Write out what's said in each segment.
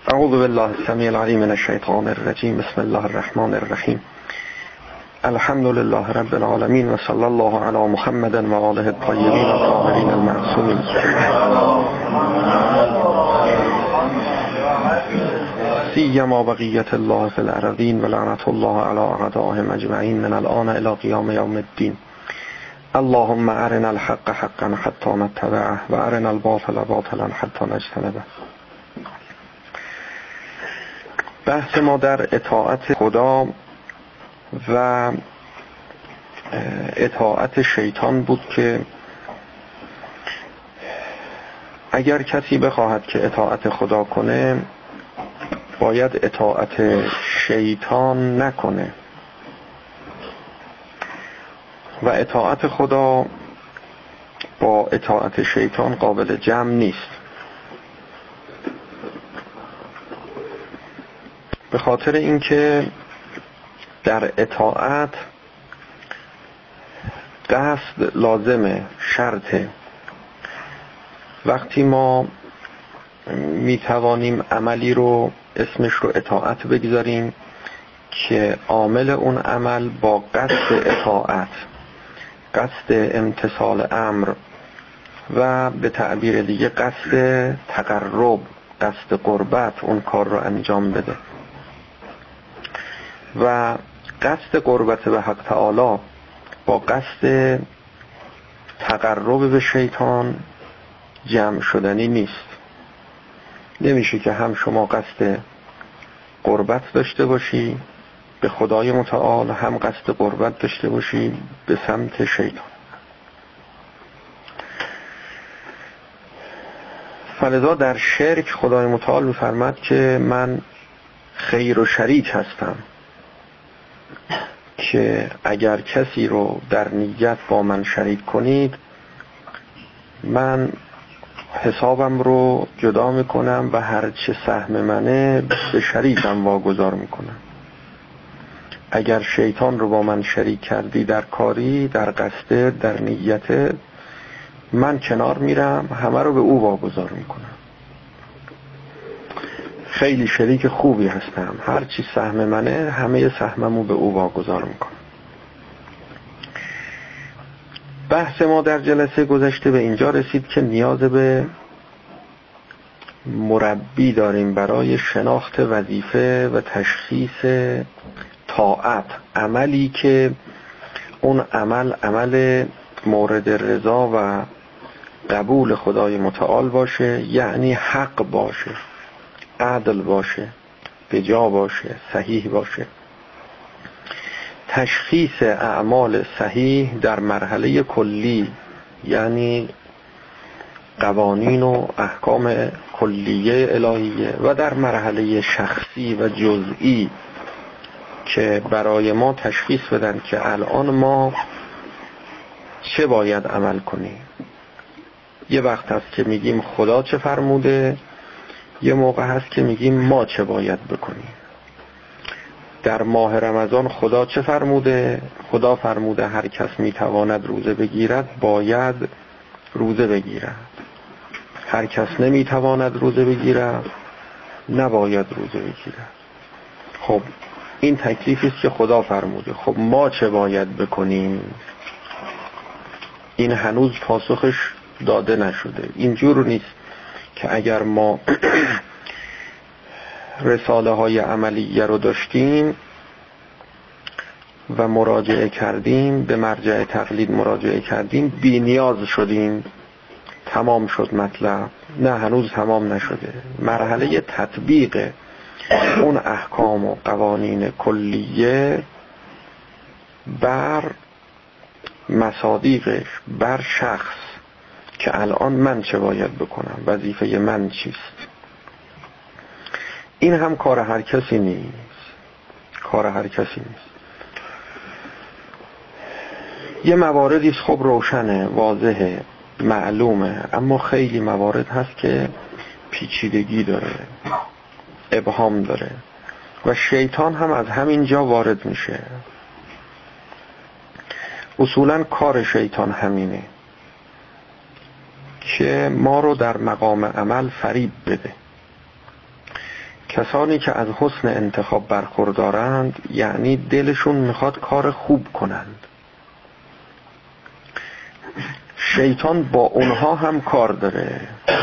اعوذ بالله السمیع العلیم من الشیطان الرجیم. بسم الله الرحمن الرحیم. الحمد لله رب العالمین و صلی الله علی محمد و آله الطیبین الطاهرین المعصومین. سیما بقیت الله فی الارضین و لعنت الله علی اعدائهم اجمعین من الان الی قیام یوم الدین. اللهم ارنا الحق حقا حتی نتبعه و ارنا الباطل باطلا حتی نجتنبه. بحث ما در اطاعت خدا و اطاعت شیطان بود که اگر کسی بخواهد که اطاعت خدا کنه باید اطاعت شیطان نکنه و اطاعت خدا با اطاعت شیطان قابل جمع نیست، به خاطر اینکه در اطاعت قصد لازمه، شرطه. وقتی ما میتوانیم عملی رو اسمش رو اطاعت بگذاریم که عامل اون عمل با قصد اطاعت، قصد امتثال امر و به تعبیر دیگه قصد تقرب، قصد قربت اون کار رو انجام بده و قصد قربت به حق تعالی با قصد تقرب به شیطان جمع شدنی نیست. نمیشه که هم شما قصد قربت داشته باشی به خدای متعال، هم قصد قربت داشته باشی به سمت شیطان. فلذا در شرک خدای متعال می‌فرماد که من خیر و شریک هستم، که اگر کسی رو در نیت با من شریک کنید من حسابم رو جدا میکنم و هرچه سهم منه به شریکم واگذار میکنم. اگر شیطان رو با من شریک کردی در کاری، در قصد، در نیت، من کنار میرم، همه رو به او واگذار میکنم. خیلی شریک خوبی هستم، هر چی سهم منه همه سهممو به او واگذار میکنم. بحث ما در جلسه گذشته به اینجا رسید که نیاز به مربی داریم برای شناخت وظیفه و تشخیص طاعت، عملی که اون عمل مورد رضا و قبول خدای متعال باشه، یعنی حق باشه، عدل باشه، بجا باشه، صحیح باشه. تشخیص اعمال صحیح در مرحله کلی، یعنی قوانین و احکام کلیه الهیه، و در مرحله شخصی و جزئی که برای ما تشخیص بدن که الان ما چه باید عمل کنیم. یه وقت هست که میگیم خدا چه فرموده، یه موقع هست که میگیم ما چه باید بکنیم. در ماه رمضان خدا چه فرموده؟ خدا فرموده هر کس میتواند روزه بگیرد باید روزه بگیرد، هر کس نمیتواند روزه بگیرد نباید روزه بگیرد. خب این تکلیفی است که خدا فرموده. خب ما چه باید بکنیم؟ این هنوز پاسخش داده نشده. اینجور نیست که اگر ما رساله های عملیه رو داشتیم و مراجعه کردیم، به مرجع تقلید مراجعه کردیم، بی نیاز شدیم، تمام شد مطلب. نه، هنوز تمام نشده. مرحله تطبیق اون احکام و قوانین کلیه بر مصادیقش، بر شخص که الان من چه باید بکنم، وظیفه من چیست. این هم کار هر کسی نیست، کار هر کسی نیست. یه مواردی خب روشنه، واضحه، معلومه، اما خیلی موارد هست که پیچیدگی داره، ابهام داره و شیطان هم از همین جا وارد میشه. اصولا کار شیطان همینه که ما رو در مقام عمل فریب بده، کسانی که از حسن انتخاب برخوردارند یعنی دلشون میخواد کار خوب کنند. شیطان با اونها هم کار داره،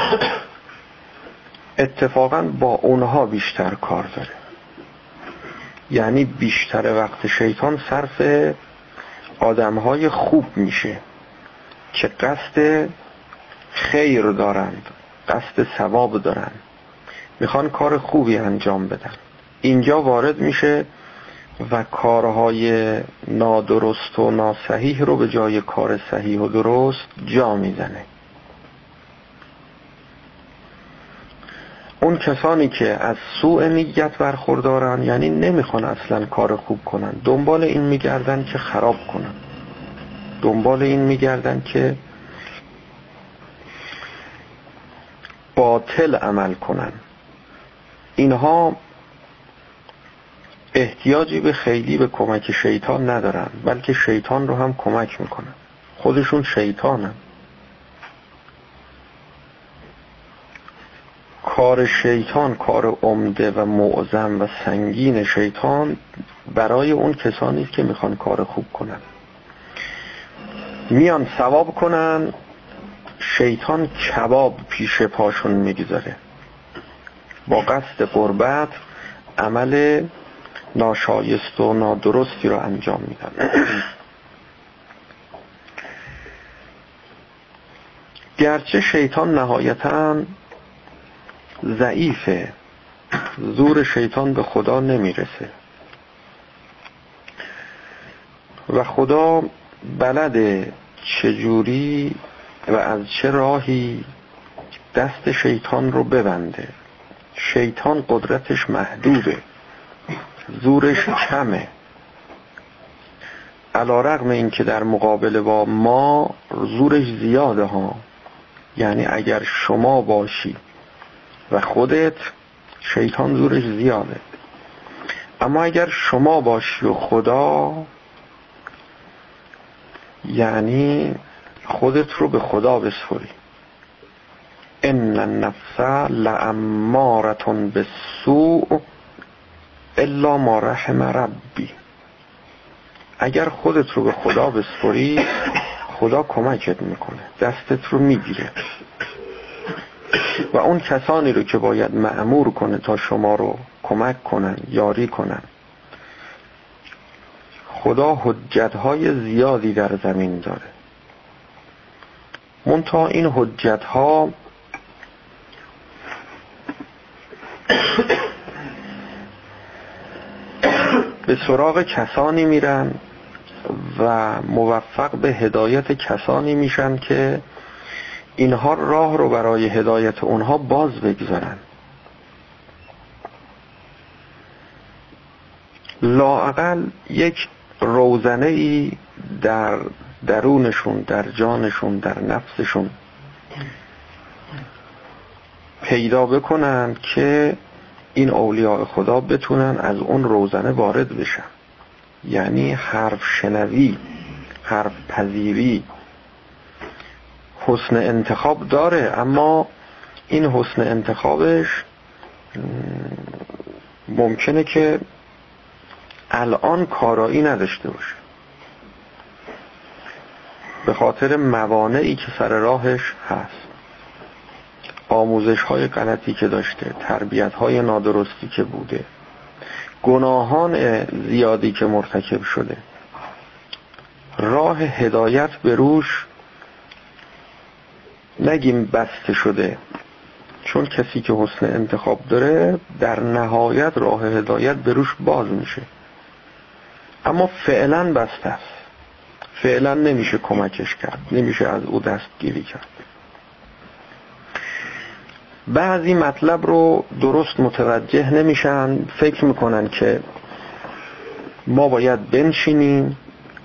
اتفاقا با اونها بیشتر کار داره. یعنی بیشتر وقت شیطان صرف آدمهای خوب میشه که قصد خیر دارند، قصد ثواب دارند، میخوان کار خوبی انجام بدن. اینجا وارد میشه و کارهای نادرست و ناصحیح رو به جای کار صحیح و درست جا میزنه. اون کسانی که از سوء نیت برخوردارن یعنی نمیخوان اصلا کار خوب کنن، دنبال این میگردن که خراب کنن، دنبال این میگردن که باطل عمل کنن. اینها احتیاجی به خیلی به کمک شیطان ندارن، بلکه شیطان رو هم کمک میکنن، خودشون شیطانن. کار شیطان، کار عمده و معظم و سنگین شیطان برای اون کسانی است که میخوان کار خوب کنن، میان ثواب کنن، شیطان کباب پیش پاشون میگذاره، با قصد قربت عمل ناشایست و نادرستی رو انجام میدن. گرچه شیطان نهایتاً ضعیفه، زور شیطان به خدا نمیرسه و خدا بلده چجوری و از چه راهی دست شیطان رو ببنده. شیطان قدرتش محدوده، زورش کمه، علی‌رغم این که در مقابله با ما زورش زیاده ها. یعنی اگر شما باشی و خودت، شیطان زورش زیاده، اما اگر شما باشی و خدا، یعنی خودت رو به خدا بسپری. ان النفس لاماره بالسوء الا ما رحم ربی. اگر خودت رو به خدا بسپری، خدا کمکت میکنه، دستت رو میگیره و اون کسانی رو که باید مأمور کنه تا شما رو کمک کنن، یاری کنن، خدا حجتهای زیادی در زمین داره. منتها این حجتها به سراغ کسانی میرن و موفق به هدایت کسانی میشن که اینها راه رو برای هدایت اونها باز بگذارن. لااقل یک روزنه ای در درونشون، در جانشون، در نفسشون پیدا بکنن که این اولیاء خدا بتونن از اون روزنه وارد بشن. یعنی حرف شنوی، حرف پذیری، حسن انتخاب داره، اما این حسن انتخابش ممکنه که الان کارایی نداشته باشه به خاطر موانعی که سر راهش هست، آموزش های غلطی که داشته، تربیت های نادرستی که بوده، گناهان زیادی که مرتکب شده. راه هدایت به روش نگیم بسته شده، چون کسی که حسن انتخاب داره در نهایت راه هدایت به روش باز میشه، اما فعلا بسته است، فعلا نمیشه کمکش کرد، نمیشه از او دستگیری کرد. بعضی مطلب رو درست متوجه نمیشن، فکر میکنن که ما باید بنشینیم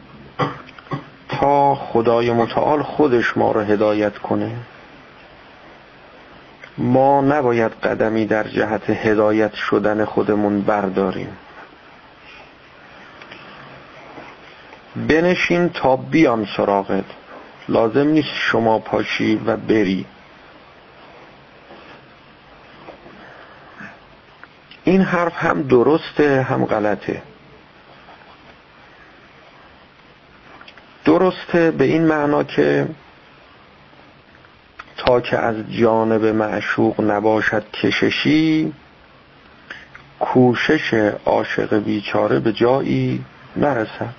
تا خدای متعال خودش ما رو هدایت کنه، ما نباید قدمی در جهت هدایت شدن خودمون برداریم. بنشین تا بیام سراغت، لازم نیست شما پاشی و بری. این حرف هم درسته هم غلطه. درسته به این معنا که تا که از جانب معشوق نباشد کششی، کوشش عاشق بیچاره به جایی نرسد.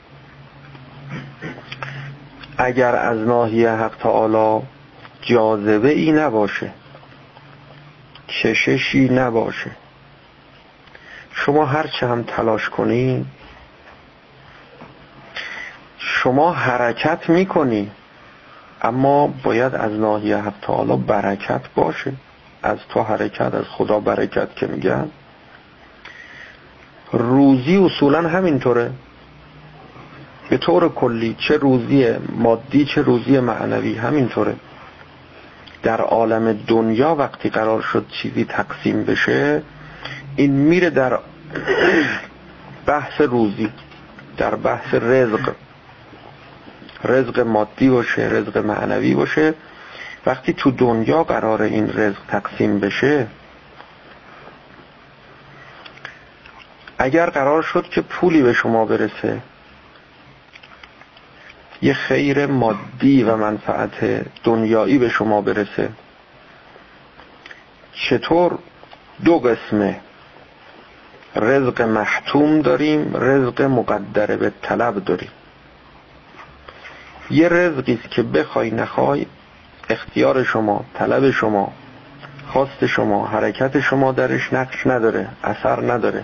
اگر از ناحیه حق تعالی جاذبه ای نباشه، کششی نباشه، شما هرچه هم تلاش کنی، شما حرکت میکنی، اما باید از ناحیه حق تعالی برکت باشه. از تو حرکت، از خدا برکت که میگن. روزی اصولا همینطوره به طور کلی، چه روزی مادی چه روزی معنوی همینطوره. در عالم دنیا وقتی قرار شد چیزی تقسیم بشه، این میره در بحث روزی، در بحث رزق، رزق مادی باشه، رزق معنوی باشه. وقتی تو دنیا قرار این رزق تقسیم بشه، اگر قرار شد که پولی به شما برسه، یه خیر مادی و منفعت دنیایی به شما برسه، چطور دو قسمه رزق محتوم داریم، رزق مقدر به طلب داریم. یه رزقی است که بخوای نخوای اختیار شما، طلب شما، خواست شما، حرکت شما درش نقش نداره، اثر نداره،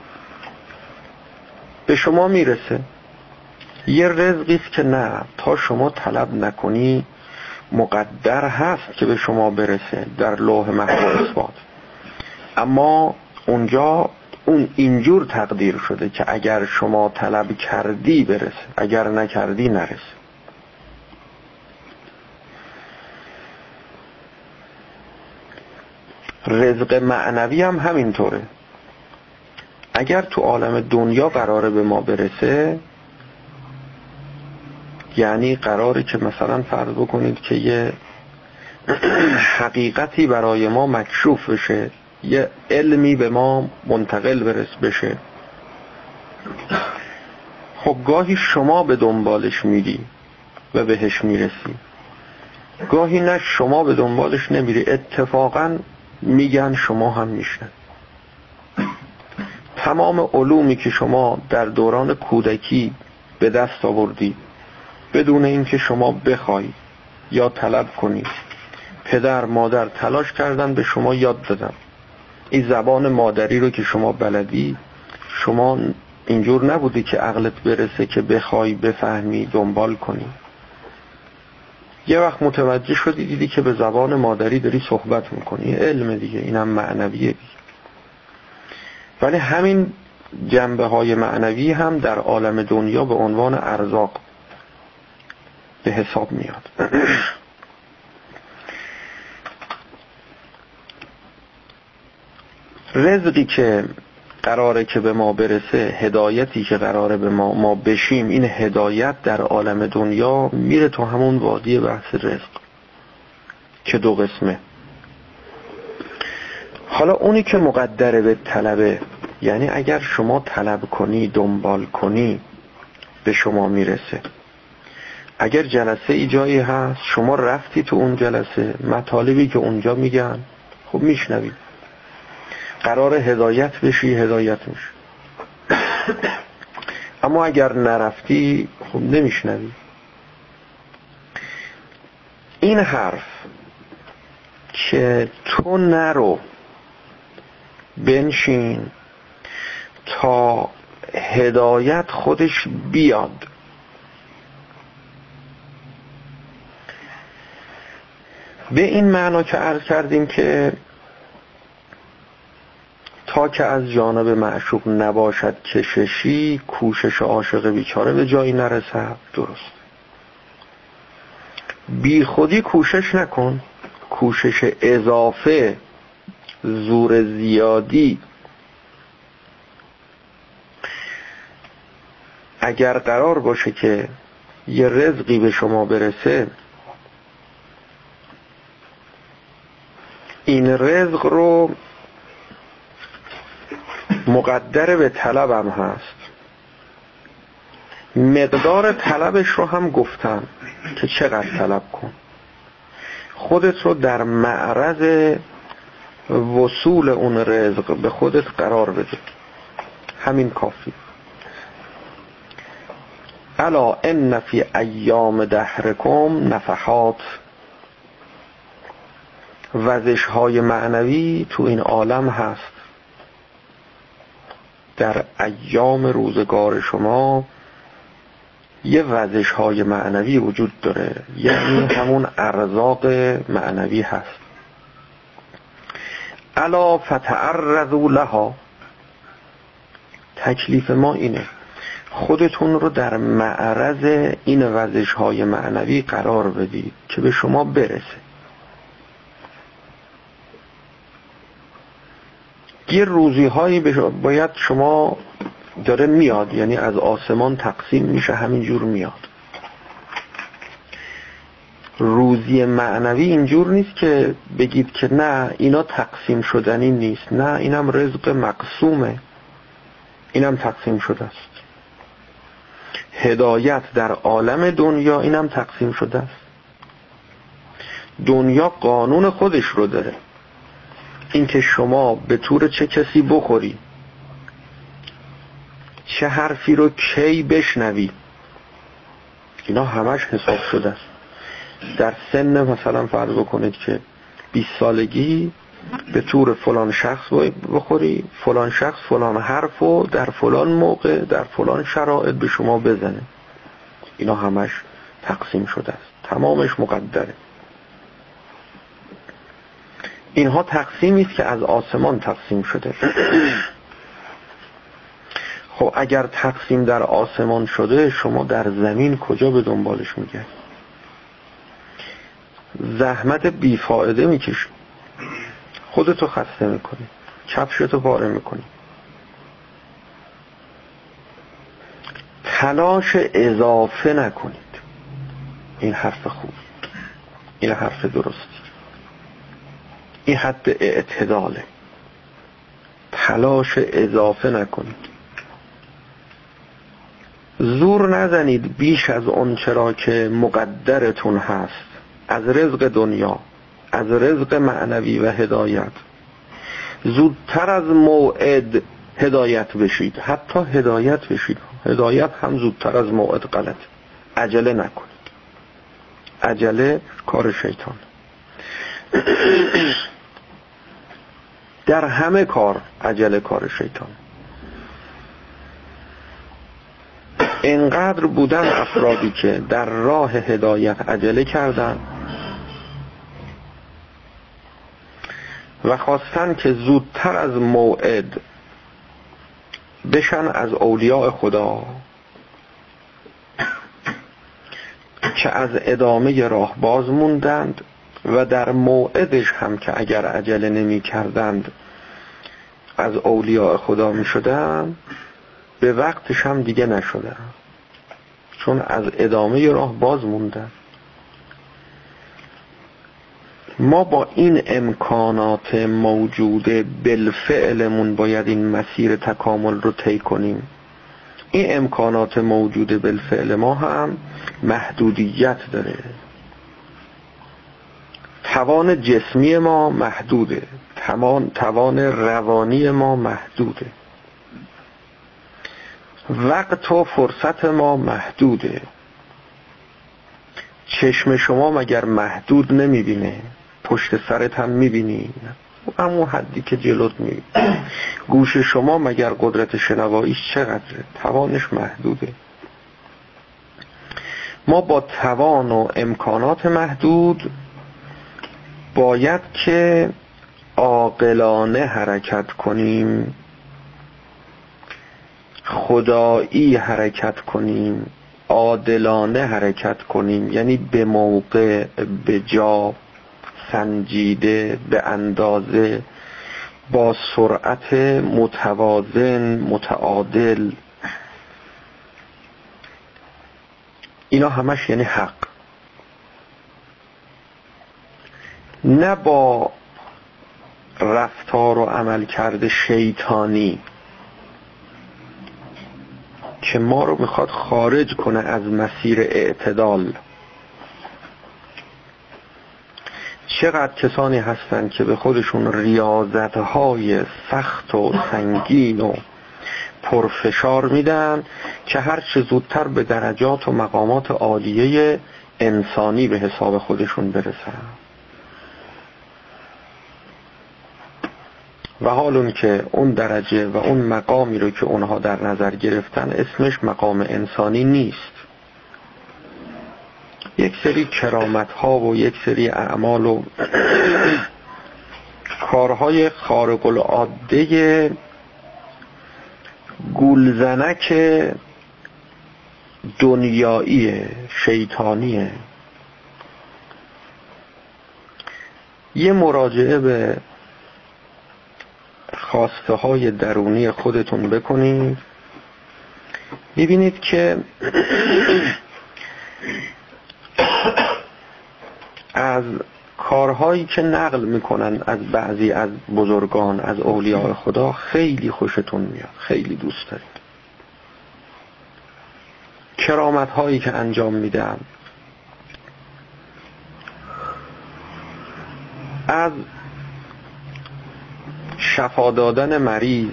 به شما میرسه. یه رزقی است که نه، تا شما طلب نکنی مقدر هست که به شما برسه در لوح محفوظ اثبات، اما اونجا اون اینجور تقدیر شده که اگر شما طلب کردی برسه، اگر نکردی نرسه. رزق معنوی هم همینطوره. اگر تو عالم دنیا قراره به ما برسه، یعنی قراره که مثلا فرض بکنید که یه حقیقتی برای ما مکشوف بشه، یه علمی به ما منتقل بشه، خب گاهی شما به دنبالش میری و بهش میرسی، گاهی نه شما به دنبالش نمیری، اتفاقا میگن شما هم میشن. تمام علومی که شما در دوران کودکی به دست آوردی بدون اینکه شما بخوای یا طلب کنی، پدر مادر تلاش کردن به شما یاد دادن. این زبان مادری رو که شما بلدی، شما اینجور نبودی که عقلت برسه که بخوای بفهمی دنبال کنی. یه وقت متوجه شدی، دیدی که به زبان مادری داری صحبت میکنی، علم دیگه، اینم معنویه دیگه. ولی همین جنبه های معنوی هم در عالم دنیا به عنوان ارزاق به حساب میاد. رزقی که قراره که به ما برسه، هدایتی که قراره به ما بشیم، این هدایت در عالم دنیا میره تو همون وادی بحث رزق که دو قسمه. حالا اونی که مقدره به طلبه، یعنی اگر شما طلب کنی، دنبال کنی، به شما میرسه. اگر جلسه ای جایی هست، شما رفتی تو اون جلسه، مطالبی که اونجا میگن خب میشنوی، قرار هدایت بشی، هدایت میشی. اما اگر نرفتی خب نمیشنوی. این حرف که تو نرو، بنشین تا هدایت خودش بیاد، به این معنا که عرض کردیم که تا که از جانب معشوق نباشد کششی، کوشش عاشق بیچاره به جایی نرسد. درست، بی خودی کوشش نکن، کوشش اضافه، زور زیادی. اگر قرار باشه که یه رزقی به شما برسه، این رزق رو مقدر به طلبم هست. مقدار طلبش رو هم گفتم که چقدر طلب کن، خودت رو در معرض وصول اون رزق به خودت قرار بده، همین کافی. الا ان فی ایام دهرکم نفحات، وزش های معنوی تو این عالم هست. در ایام روزگار شما یه وزش های معنوی وجود داره، یعنی همون ارزاق معنوی هست. الا فتعرضوا لها، تکلیف ما اینه خودتون رو در معرض این وزش های معنوی قرار بدید که به شما برسه. یه روزی هایی باید شما داره میاد، یعنی از آسمان تقسیم میشه، همینجور میاد. روزی معنوی اینجور نیست که بگید که نه اینا تقسیم شدنی نیست، نه اینم رزق مقسومه، اینم تقسیم شده است. هدایت در عالم دنیا اینم تقسیم شده است. دنیا قانون خودش رو داره، اینکه شما به طور چه کسی بخوری، چه حرفی رو کی بشنوی، اینا همش حساب شده است. در سن مثلا فرض بکنید که 20 سالگی به طور فلان شخص بخوری، فلان شخص فلان حرفو در فلان موقع در فلان شرایط به شما بزنه، اینا همش تقسیم شده است، تمامش مقدره. اینها تقسیمی است که از آسمان تقسیم شده. خب اگر تقسیم در آسمان شده، شما در زمین کجا به دنبالش میگه؟ زحمت بیفایده میکشی، خودتو خسته میکنی، کفشتو پاره میکنی. تلاش اضافه نکنید. این حرف خوب، این حرف درستی، این حد اعتداله. تلاش اضافه نکنید، زور نزنید بیش از اون چرا که مقدرتون هست از رزق دنیا، از رزق معنوی و هدایت. زودتر از موعد هدایت بشید، حتی هدایت بشید. هدایت هم زودتر از موعد غلط. عجله نکنید، عجله کار شیطان. در همه کار عجله کار شیطان. اینقدر بودن افرادی که در راه هدایت عجله کردن و خواستن که زودتر از موعد بشن از اولیاء خدا، که از ادامه راه باز موندند و در موعدش هم که اگر عجله نمی کردند از اولیاء خدا می شدن، به وقتش هم دیگه نشدن، چون از ادامه راه باز موندن. ما با این امکانات موجود بالفعلمون باید این مسیر تکامل رو طی کنیم. این امکانات موجود بالفعل ما هم محدودیت داره. توان جسمی ما محدوده، توان روانی ما محدوده، وقت و فرصت ما محدوده. چشم شما مگر محدود نمیبینه؟ پشت سرت هم میبینی، همون حدی که جلوت میبینی. گوش شما مگر قدرت شنواییش چقدره؟ توانش محدوده. ما با توان و امکانات محدود باید که عاقلانه حرکت کنیم، خدایی حرکت کنیم، عادلانه حرکت کنیم، یعنی به موقع، به جا، سنجیده، به اندازه، با سرعت متوازن، متعادل. اینا همش یعنی حق. نه با رفتار و عمل کرده شیطانی که ما رو میخواد خارج کنه از مسیر اعتدال. چقدر کسانی هستند که به خودشون ریاضتهای سخت و سنگین و پرفشار میدن که هر چه زودتر به درجات و مقامات عالیه انسانی به حساب خودشون برسن، و حال اون که اون درجه و اون مقامی رو که اونها در نظر گرفتن اسمش مقام انسانی نیست. یک سری کرامت ها و یک سری اعمال و کارهای خارق العاده گولزنک دنیایی شیطانیه. یه مراجعه به خواسته های درونی خودتون بکنید، ببینید که از کارهایی که نقل میکنن از بعضی از بزرگان، از اولیاء خدا، خیلی خوشتون میاد، خیلی دوست دارید. کرامت هایی که انجام میدن، از شفا دادن مریض،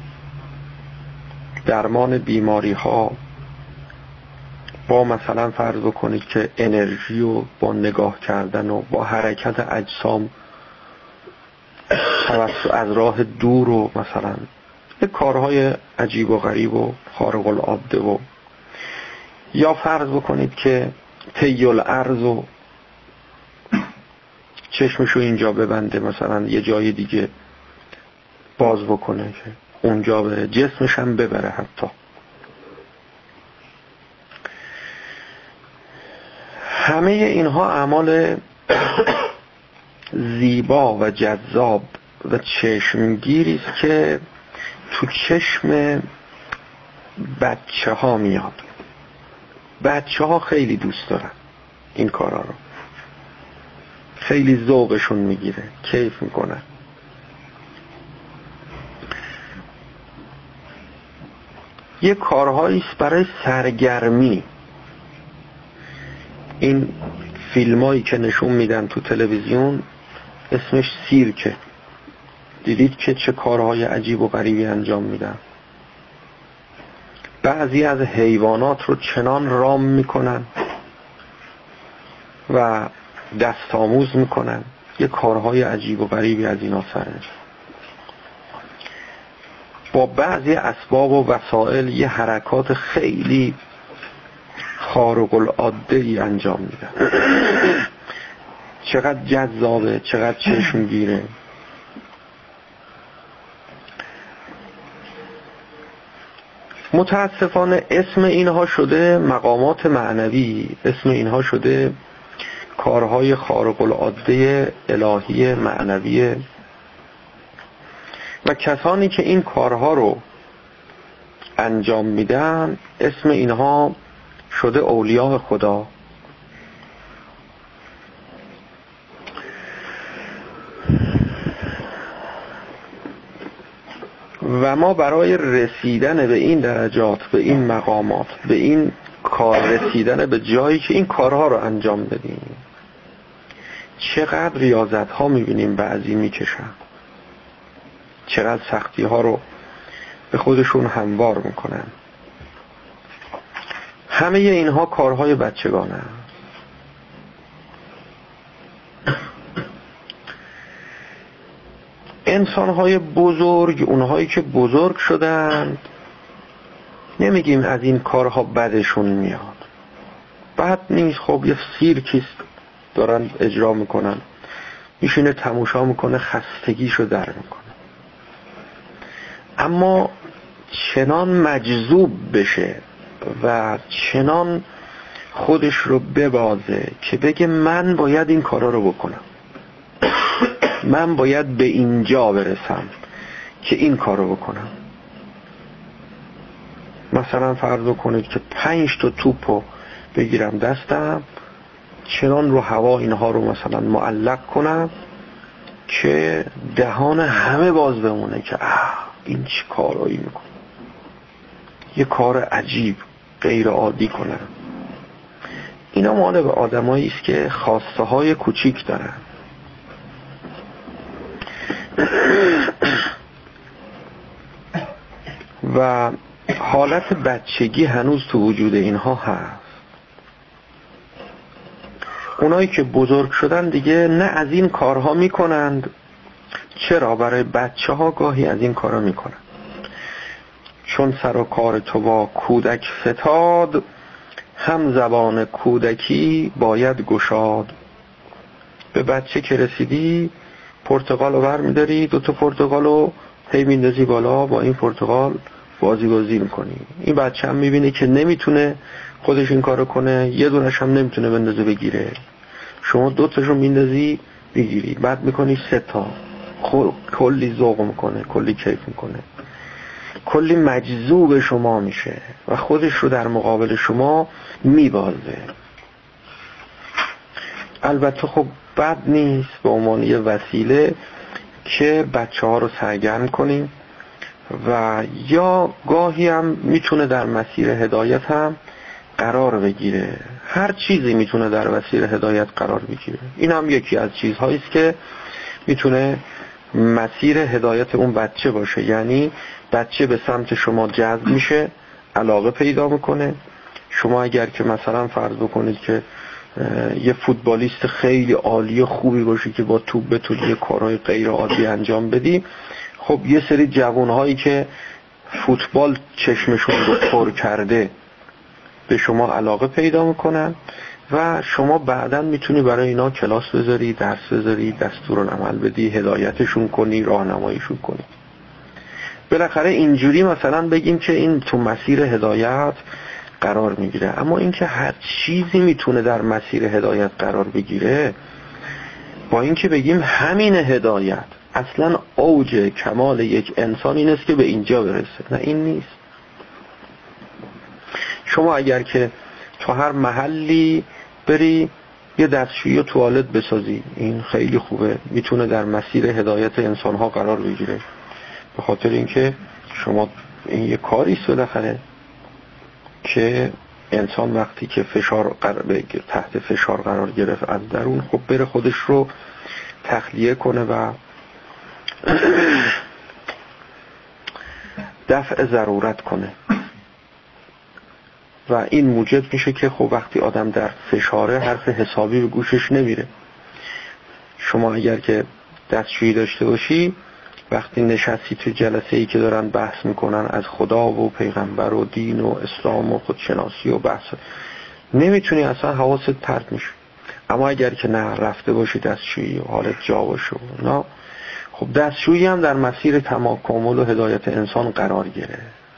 درمان بیماری ها، با مثلا فرض بکنید که انرژی و با نگاه کردن و با حرکت اجسام از راه دور و مثلا کارهای عجیب و غریب و خارق العاده، و یا فرض بکنید که طی الارض و چشمشو اینجا ببنده مثلا یه جای دیگه باز بکنه که اونجا بره، جسمش هم ببره. حتی همه اینها اعمال زیبا و جذاب و چشمگیری است که تو چشم بچه ها میاد. بچه ها خیلی دوست دارن این کارا رو، خیلی ذوقشون میگیره، کیف میکنن. یه کارهایی است برای سرگرمی. این فیلمایی که نشون میدن تو تلویزیون اسمش سیرکه، دیدید که چه کارهای عجیب و غریبی انجام میدن. بعضی از حیوانات رو چنان رام میکنن و دست آموز میکنن، یه کارهای عجیب و غریبی از اینا سره. با بعضی اسباب و وسایل یه حرکات خیلی خارق العاده ای انجام میدن. چقدر جذابه، چقدر چشمگیره. متاسفانه اسم اینها شده مقامات معنوی، اسم اینها شده کارهای خارق العاده الهی معنوی، و کسانی که این کارها رو انجام میدن اسم اینها شده اولیاء خدا. و ما برای رسیدن به این درجات، به این مقامات، به این کار رسیدن به جایی که این کارها رو انجام بدیم، چقدر ریاضت ها میبینیم بعضی میکشن، چقدر سختی ها رو به خودشون هموار میکنن. همه اینها کارهای بچگانه هست. انسانهای بزرگ، اونهایی که بزرگ شدند، نمیگیم از این کارها بدشون میاد، بد نیست. خب یه سیرکیست دارن اجرا میکنن، میشینه تماشا میکنه، خستگیشو در میکنه. اما چنان مجذوب بشه و چنان خودش رو ببازه که بگه من باید این کارا رو بکنم، من باید به اینجا برسم که این کارو بکنم. مثلا فرض کنید که 5 تا توپو بگیرم دستم، چنان رو هوا اینها رو مثلا معلق کنم که دهان همه باز بمونه که این چی کارایی میکنه. یه کار عجیب غیر عادی کنن. اینا مال به آدمایی است که خواسته های کوچیک دارن و حالت بچگی هنوز تو وجود اینها هست. اونایی که بزرگ شدن دیگه نه از این کارها میکنند. چرا؟ برای بچه ها گاهی از این کارها میکنند. چون سر و کار تو با کودک فتاد، هم زبان کودکی باید گشاد. به بچه که رسیدی پرتقال رو بر میداری، 2 تا پرتقال رو هی میندازی بالا، با این پرتقال بازی میکنی. این بچه هم میبینه که نمیتونه خودش این کارو کنه، یه دونش هم نمیتونه بندازه بگیره. شما 2 تاشو میندازی بگیری، بعد میکنی 3 تا، کلی ذوق میکنه، کلی کیف میکنه، کلی مجذوب شما میشه و خودش رو در مقابل شما میبازه. البته خب بد نیست به عنوان یه وسیله که بچه ها رو سرگرم کنیم و یا گاهی هم میتونه در مسیر هدایت هم قرار بگیره. هر چیزی میتونه در مسیر هدایت قرار بگیره. این هم یکی از چیزهایی است که میتونه مسیر هدایت اون بچه باشه. یعنی بچه به سمت شما جذب میشه، علاقه پیدا میکنه. شما اگر که مثلا فرض بکنید که یه فوتبالیست خیلی عالی خوبی باشی که با توپ بتونی یه کارهای غیر عادی انجام بدی، خب یه سری جوانهایی که فوتبال چشمشون رو پر کرده به شما علاقه پیدا میکنن و شما بعداً میتونی برای اینا کلاس بذاری، درس بذاری، دستورالعمل بدی، هدایتشون کنی، راهنماییشون کنی. بالاخره اینجوری مثلا بگیم که این تو مسیر هدایت قرار میگیره. اما اینکه هر چیزی میتونه در مسیر هدایت قرار بگیره، با اینکه بگیم همین هدایت اصلا اوج کمال یک انسان این است که به اینجا برسه، نه این نیست. شما اگر که تو هر محلی بری یه دستشویی و توالت بسازی، این خیلی خوبه، میتونه در مسیر هدایت انسانها قرار بگیره. به خاطر اینکه شما این یه کاری است بالاخره که انسان وقتی که تحت فشار قرار گرفت از درون، خب بره خودش رو تخلیه کنه و دفع ضرورت کنه و این موجب میشه که خب وقتی آدم در فشاره حرف حسابی به گوشش نمیره. شما اگر که دستشویی داشته باشی، وقتی نشستی تو جلسه ای که دارن بحث میکنن از خدا و پیغمبر و دین و اسلام و خودشناسی و بحث، نمیتونی اصلا حواست پرت میشه. اما اگر که نه رفته باشی دستشویی و حالت جا باشه، نه، خب دستشویی هم در مسیر تمام و هدایت انسان قرار گیره.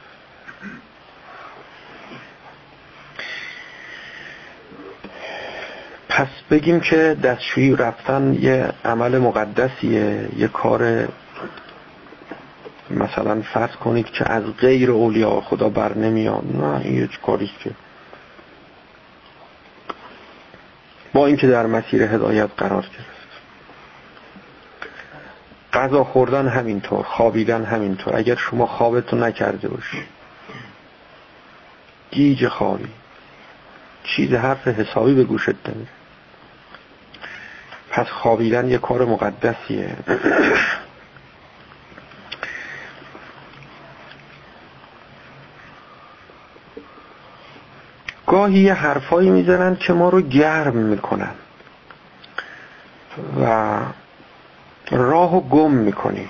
پس بگیم که دستشویی رفتن یه عمل مقدسیه، یه کار مثلا فرض کنید که از غیر اولیاء خدا بر نمیاد، نه، این یه کاریست که با اینکه در مسیر هدایت قرار گرفت. غذا خوردن همینطور، خوابیدن همینطور. اگر شما خوابتو نکرده باشی، گیج خوابی، چیز حرف حسابی به گوشت نمیره. پس خوابیدن یه کار مقدسیه. گاهی یه حرفایی میزنن که ما رو گرم میکنن و راهو گم میکنیم.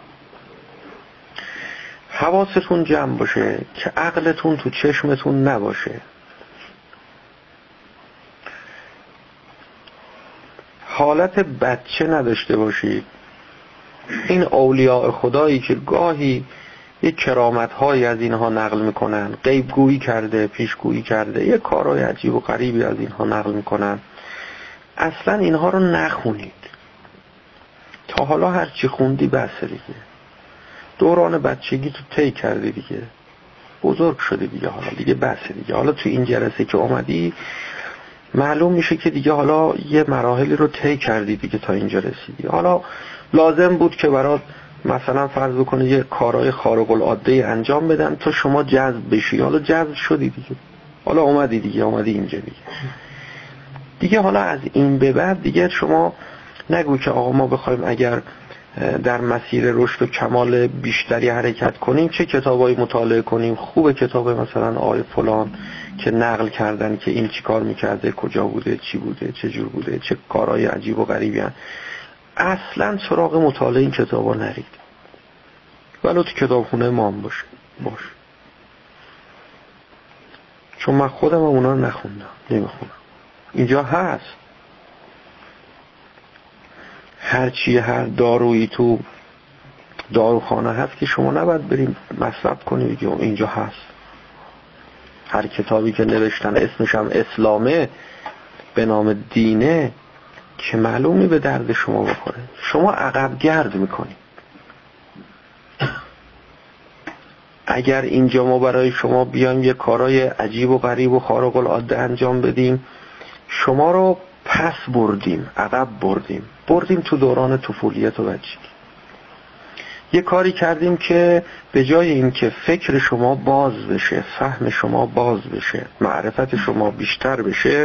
حواستون جمع باشه که عقلتون تو چشمتون نباشه. حالت بچه نداشته باشید. این اولیاء خدایی که گاهی یک کرامت‌هایی از اینها نقل میکنن، غیبگویی کرده، پیشگویی کرده، یک کارهای عجیب و غریبی از اینها نقل میکنن، اصلا اینها رو نخونید. تا حالا هرچی خوندی بسه دیگه. دوران بچگی تو طی کردی دیگه، بزرگ شدی دیگه، حالا دیگه بسه دیگه. حالا تو این جلسه که اومدی معلوم میشه که دیگه حالا یه مراحلی رو طی کردی دیگه، تا اینجا رسیدی. حالا لازم بود که برات مثلا فرض بکنید یه کارهای خارق العاده انجام بدن تا شما جذب بشی. حالا جذب شدی دیگه، حالا اومدی دیگه، اومدی اینجا دیگه حالا از این به بعد دیگه شما نگو که آقا ما بخوایم اگر در مسیر رشد و کمال بیشتری حرکت کنیم چه کتابایی مطالعه کنیم. خوبه کتاب مثلا آقای فلان که نقل کردن که این چی کار میکرده، کجا بوده، چی بوده، چه جور بوده، چه کارهای عجیب و غریبی هست. اصلا سراغ مطالعه این کتابا نرید، ولو تو کتابخونه ما هم باشه. چون من خودم اونا رو نخوندم، نمیخونم. اینجا هست هر دارویی تو داروخانه هست که شما نباید بریم مصرف کنید که اینجا هست. هر کتابی که نوشتن اسمش هم اسلامه به نام دینه که معلومی به درد شما بخوره. شما عقب گرد میکنید. اگر اینجا ما برای شما بیایم یه کارای عجیب و غریب و خارق العاده انجام بدیم، شما رو پس بردیم، عقب بردیم تو دوران طفولیت و بچگی. یه کاری کردیم که به جای این که فکر شما باز بشه، فهم شما باز بشه، معرفت شما بیشتر بشه،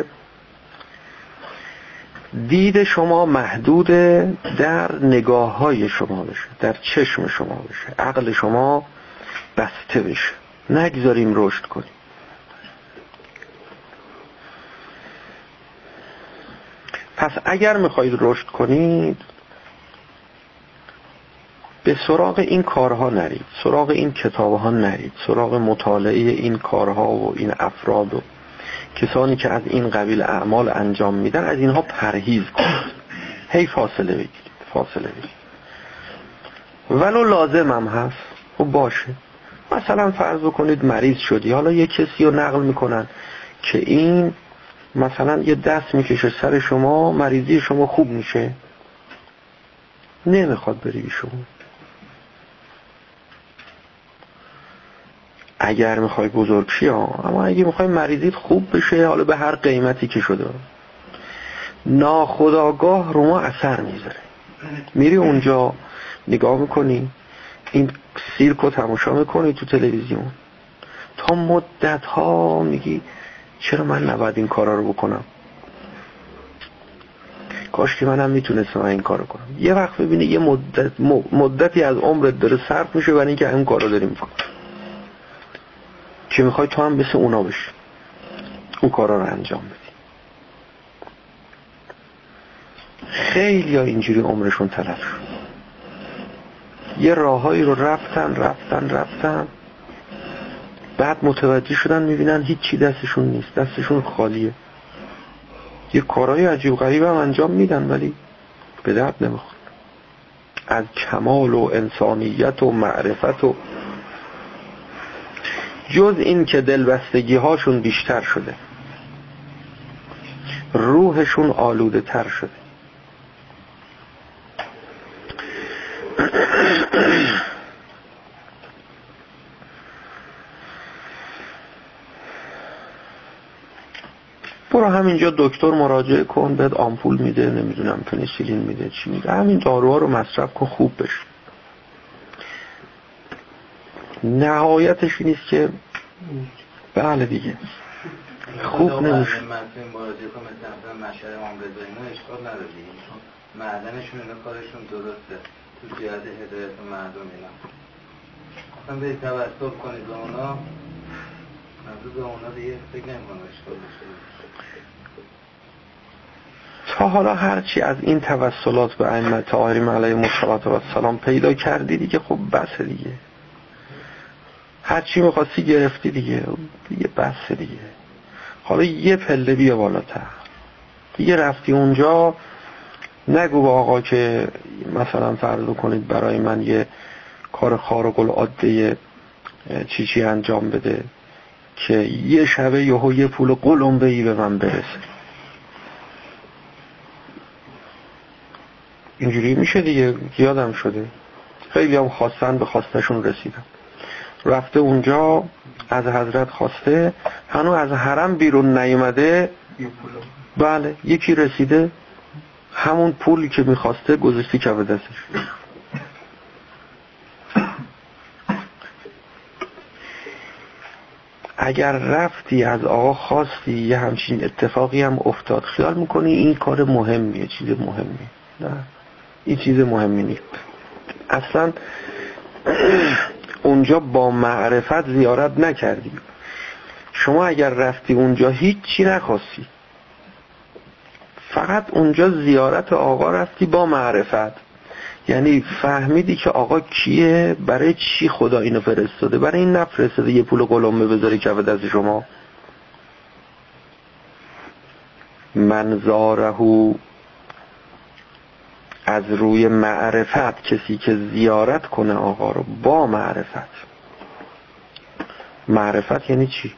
دید شما محدود در نگاه های شما بشه، در چشم شما بشه، عقل شما بسته بشه، نگذاریم رشد کنیم. پس اگر میخواید رشد کنید به سراغ این کارها نرید، سراغ این کتابها نرید، سراغ مطالعه این کارها و این افراد و کسانی که از این قبیل اعمال انجام میدن، از اینها پرهیز کنید. هی فاصله بگیرید. ولو لازم هم هست خب باشه. مثلا فرض بکنید مریض شدی، حالا یه کسی رو نقل میکنن که این مثلا یه دست میکشه سر شما، مریضی شما خوب میشه، نمیخواد بری شما. اگر میخوای بزرگ شی اما اگه میخوای مریضیت خوب بشه، حالا به هر قیمتی که شده، ناخودآگاه رو ما اثر میذاره. میری اونجا نگاه میکنی، این سیرک رو تماشا میکنی تو تلویزیون، تا مدت ها میگی چرا من نباید این کارا رو بکنم، کاش که منم میتونستم این کارو کنم. یه وقت ببینی یه مدتی از عمرت داره صرف میشه برای اینکه این کارو داری میکنی که میخوای تو هم مثل اونا بشی، اون کارا رو انجام بدی. خیلی ها اینجوری عمرشون تلف شد. یه راههایی رو رفتن بعد متوجه شدن میبینن هیچی دستشون نیست، دستشون خالیه. یه کارهای عجیب غریب هم انجام میدن ولی به درد نمیخوره. از کمال و انسانیت و معرفت و جز این که دلبستگی هاشون بیشتر شده، روحشون آلوده تر شده. برو همینجا دکتر مراجعه کن، بهت آمپول میده، نمیدونم پنیسیلین میده، چی میده، همین داروها رو مصرف کن خوب بشه. نهایتش اینیست که بله دیگه خوب نمیشه. من مراجعه کنم مثلا مشهر آمرزا اینا اشکال نداره دیگه، چون معدنشون اینا کارشون درسته تو جهت هدایت مردم اینا. اصلا به توسل کنید به اونا، منظور به اونا دیگه فکر نمی‌کنم اشکال داشته. تا حالا هرچی از این توسلات به ائمه طاهرین علیهم السلام پیدا کردی دیگه خب بس دیگه. هرچی می‌خواستی گرفتی دیگه بس دیگه. حالا یه پله بیا بالاتر دیگه. رفتی اونجا نگو با آقا که مثلا فرض کنید برای من یه کار خارق العاده چی انجام بده که یه شبه یه پول قلمبه‌ای به من برسه. اینجوری میشه دیگه. یادم شده خیلی هم خواستن، به خواستشون رسیدن. رفته اونجا از حضرت خواسته، هنوز از حرم بیرون نیومده، بله یکی رسیده همون پولی که میخواسته گذاشتی کف دستش. اگر رفتی از آقا خواستی یه همچین اتفاقی هم افتاد، خیال میکنی این کار مهمیه، چیز مهمیه. نه، این چیز مهمی نیست اصلا. اونجا با معرفت زیارت نکردی. شما اگر رفتی اونجا هیچ چی نخواستی، فقط اونجا زیارت آقا رفتی با معرفت، یعنی فهمیدی که آقا کیه، برای چی خدا اینو فرستاده. برای این نفرستاده یه پول قلمبه بذاری کف دست شما. من زاره، از روی معرفت، کسی که زیارت کنه آقا رو با معرفت. معرفت یعنی چی؟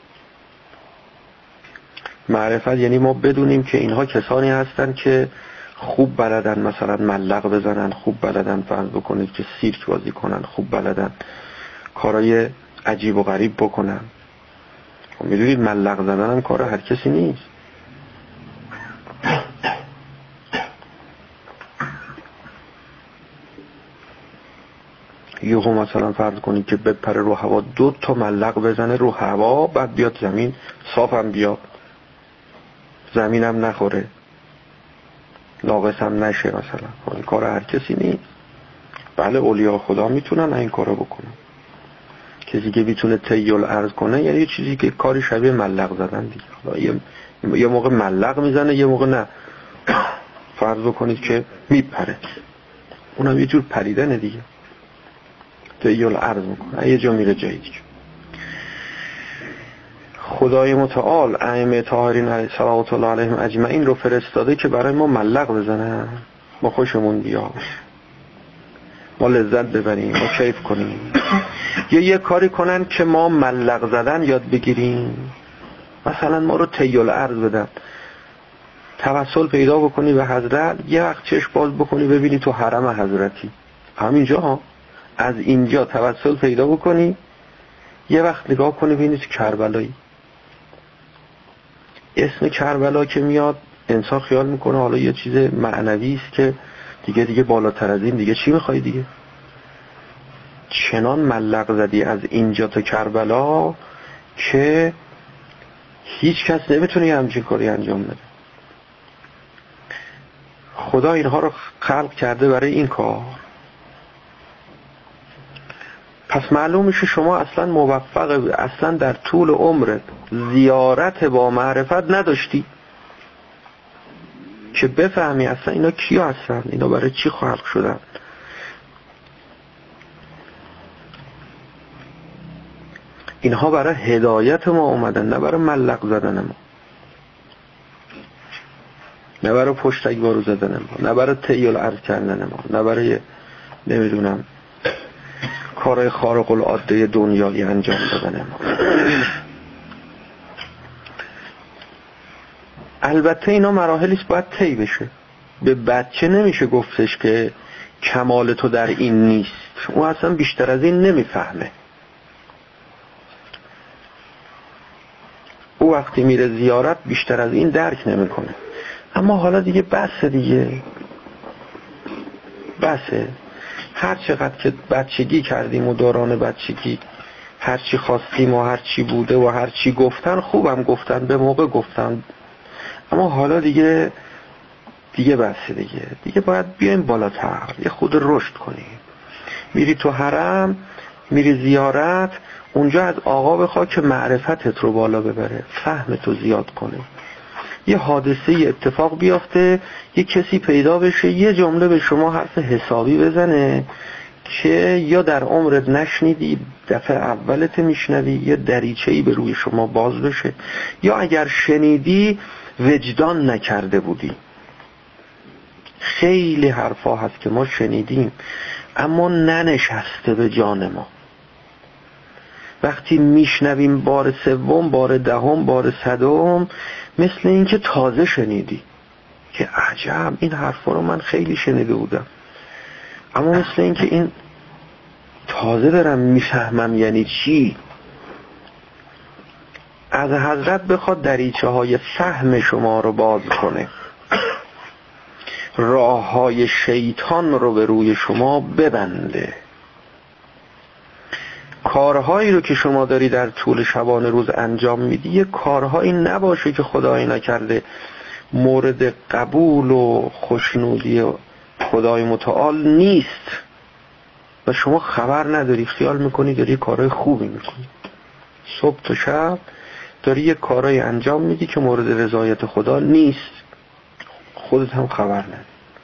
معرفت یعنی ما بدونیم که اینها کسانی هستن که خوب بلدن مثلا ملق بزنن، خوب بلدن فرض بکنید که سیرک بازی کنن، خوب بلدن کارهای عجیب و غریب بکنن. میدونید ملق زدن هم کار هر کسی نیست. یهو مثلا فرض کنید که بپره رو هوا، 2 تا ملق بزنه رو هوا، بعد بیاد زمین، صافم بیاد، زمینم نخوره، ناقصم نشه مثلا. این کار هر کسی نیست. بله اولیاء خدا میتونن این کارو بکنن. کسی که میتونه تیل عرض کنه یعنی یه چیزی که کاری شبیه ملق زدن دیگه. یه موقع ملق میزنه، یه موقع نه، فرض بکنید که میپره، اونم یه جور پریدنه دیگه. تیل عرض میکنه، یه جا میره جایی دیگه. خدای متعال ائمه طاهرین علیه صلوات الله علیهم اجمعین رو فرستاده که برای ما ملق بزنن، ما خوشمون بیاد، ما لذت ببریم، ما کیف کنیم. یا یه کاری کنن که ما ملق زدن یاد بگیریم، مثلا ما رو تیل عرض بدن، توسل پیدا بکنی به حضرت، یه وقت چشم باز بکنی ببینی تو حرم حضرتی، همینجا ها، از اینجا توسل پیدا بکنی، یه وقت نگاه کنی ببینی تو کربلایی. اسم کربلا که میاد انسان خیال میکنه حالا یه چیز معنوی است که دیگه بالاتر از این دیگه چی میخوای دیگه. چنان ملق زدی از اینجا تا کربلا که هیچ کس نمیتونه همچین کاری انجام بده. خدا اینها رو خلق کرده برای این کار. پس معلوم میشه شما اصلا موفق، اصلا در طول عمرت زیارت با معرفت نداشتی که بفهمی اصلا اینا کیا هستن، اینا برای چی خلق شدن. اینها برای هدایت ما اومدن، نه برای ملق زدن ما، نه برای پشتک بارو زدن ما، نه برای تیل عرض کردن ما، نه برای نمیدونم کارهای خارق العاده دنیایی انجام دادن ما. البته اینا مراحلیست باید طی بشه. به بچه نمیشه گفتش که کمال تو در این نیست، اون اصلا بیشتر از این نمیفهمه. او وقتی میره زیارت بیشتر از این درک نمیکنه. اما حالا دیگه بسه دیگه، بسه. هر چقدر که بچگی کردیم و دوران بچگی هر چی خواستیم و هر چی بوده و هر چی گفتن، خوبم گفتن، به موقع گفتن، اما حالا دیگه بسه دیگه باید بیایم بالاتر، یه خود رشد کنیم. میری تو حرم، میری زیارت، اونجا از آقا بخوا که معرفتت رو بالا ببره، فهمتو زیاد کنه. یه حادثه اتفاق بیافته، یه کسی پیدا بشه یه جمله به شما حرف حسابی بزنه که یا در عمرت نشنیدی، دفعه اولت میشنوی، یا دریچه‌ای به روی شما باز بشه، یا اگر شنیدی وجدان نکرده بودی. خیلی حرفا هست که ما شنیدیم اما ننشسته به جان ما. وقتی میشنویم بار سوم، بار دهم، بار صدم، مثل این که تازه شنیدی که عجب این حرفا رو من خیلی شنیده بودم، اما مثل این که این تازه دارم میفهمم یعنی چی. از حضرت بخواد دریچه های فهم شما رو باز کنه، راه های شیطان رو به روی شما ببنده. کارهایی رو که شما داری در طول شبانه روز انجام میدی یه کارهایی نباشه که خدای نکرده مورد قبول و خوشنودی خدای متعال نیست و شما خبر نداری، خیال میکنی داری کارهای خوبی میکنی، صبح تا شب داری یه کارهای انجام میدی که مورد رضایت خدا نیست، خودت هم خبر نداری.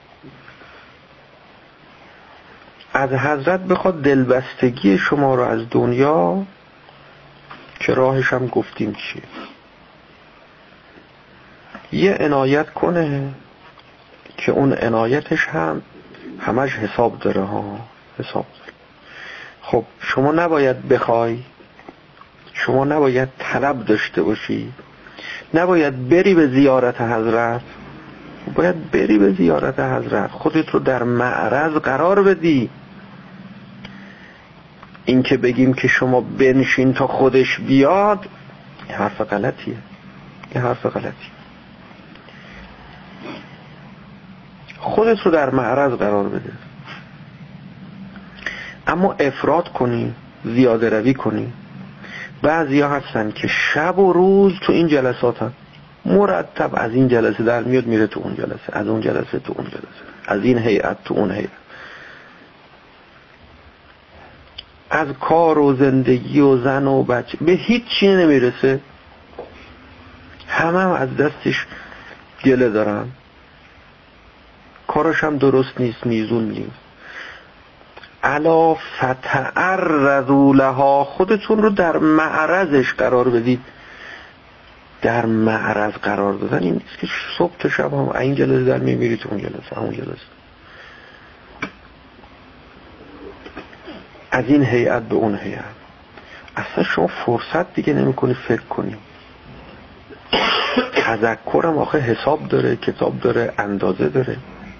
از حضرت بخواد دلبستگی شما رو از دنیا، که راهش هم گفتیم چیه، یه عنایت کنه که اون عنایتش هم همش حساب داره ها، حساب داره. خب شما نباید بخوای، شما نباید طلب داشته باشی، نباید بری به زیارت حضرت، باید بری به زیارت حضرت، خودت رو در معرض قرار بدی. این که بگیم که شما بنشین تا خودش بیاد، یه حرف غلطیه، یه حرف غلطیه. خودت رو در معرض قرار بده. اما افراط کنی، زیاده روی کنی. بعضی ها هستن که شب و روز تو این جلسات هم مرتب از این جلسه در میاد میره تو اون جلسه، از اون جلسه تو اون جلسه، از این هیئت تو اون هیئت، از کار و زندگی و زن و بچه به هیچ چی نمیرسه، همه هم از دستش گله دارن، کارش هم درست نیست، میزون نیست. الا فتعرضوا لها، خودتون رو در معرضش قرار بدید. در معرض قرار دادن این نیست که صبح تا شب هم این جلسه در میمیری تو اون جلسه، اون جلسه، از این هیئت به اون هیئت. اصلا شما فرصت دیگه نمی کنی فکر کنی. تذکرم آخه حساب داره، کتاب داره، اندازه داره.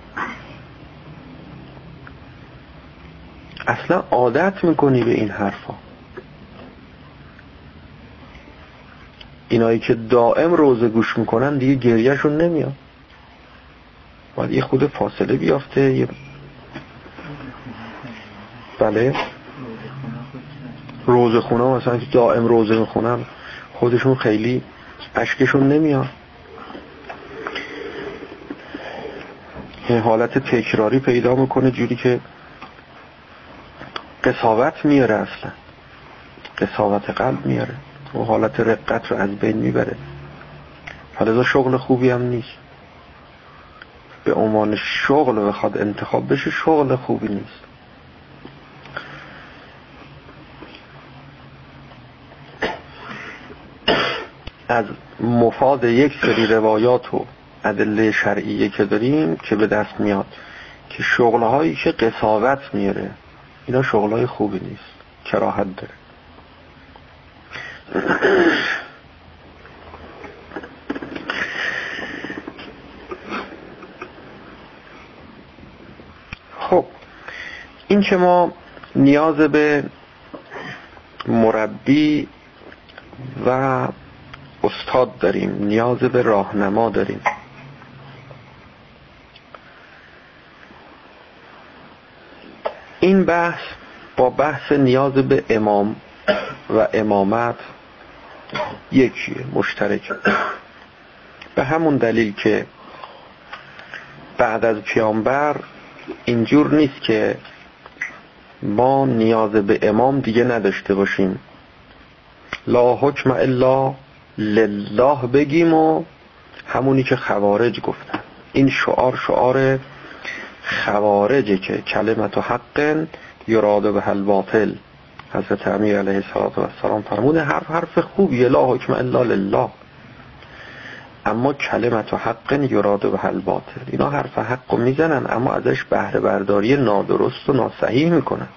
اصلا عادت میکنی به این حرفا. اینایی که دائم روزه گوش میکنن دیگه گریهشون نمیاد، باید یه خود فاصله بیافته. بله، روزه خونه مثلا که دائم روزه میخونن خودشون خیلی اشکشون نمیاد، یه حالت تکراری پیدا میکنه، جوری که قساوت میاره، اصلا قساوت قلب میاره و حالت رقت رو از بین میبره. حالا شغل خوبی هم نیست، به عنوان شغل بخواد انتخاب بشه شغل خوبی نیست. از مفاد یک سری روایات و ادله شرعیه که داریم که به دست میاد که شغلهایی که قساوت میاره اینا شغلهای خوبی نیست، کراهت داره. خب این که ما نیاز به مربی و استاد داریم، نیاز به راهنما داریم، این بحث با بحث نیاز به امام و امامت یکیه، مشترکه. به همون دلیل که بعد از پیامبر اینجور نیست که ما نیاز به امام دیگه نداشته باشیم، لا حکم الا لله بگیم و همونی که خوارج گفتن. این شعار خوارجه که کلمت حق یراد به الباطل. حضرت امیر علیه السلام فرموده حرف خوبیه، لا حکم الا لله، اما کلمت حق یراد به الباطل. اینا حرف حق رو میزنن اما ازش بهره برداری نادرست و ناصحیح میکنن.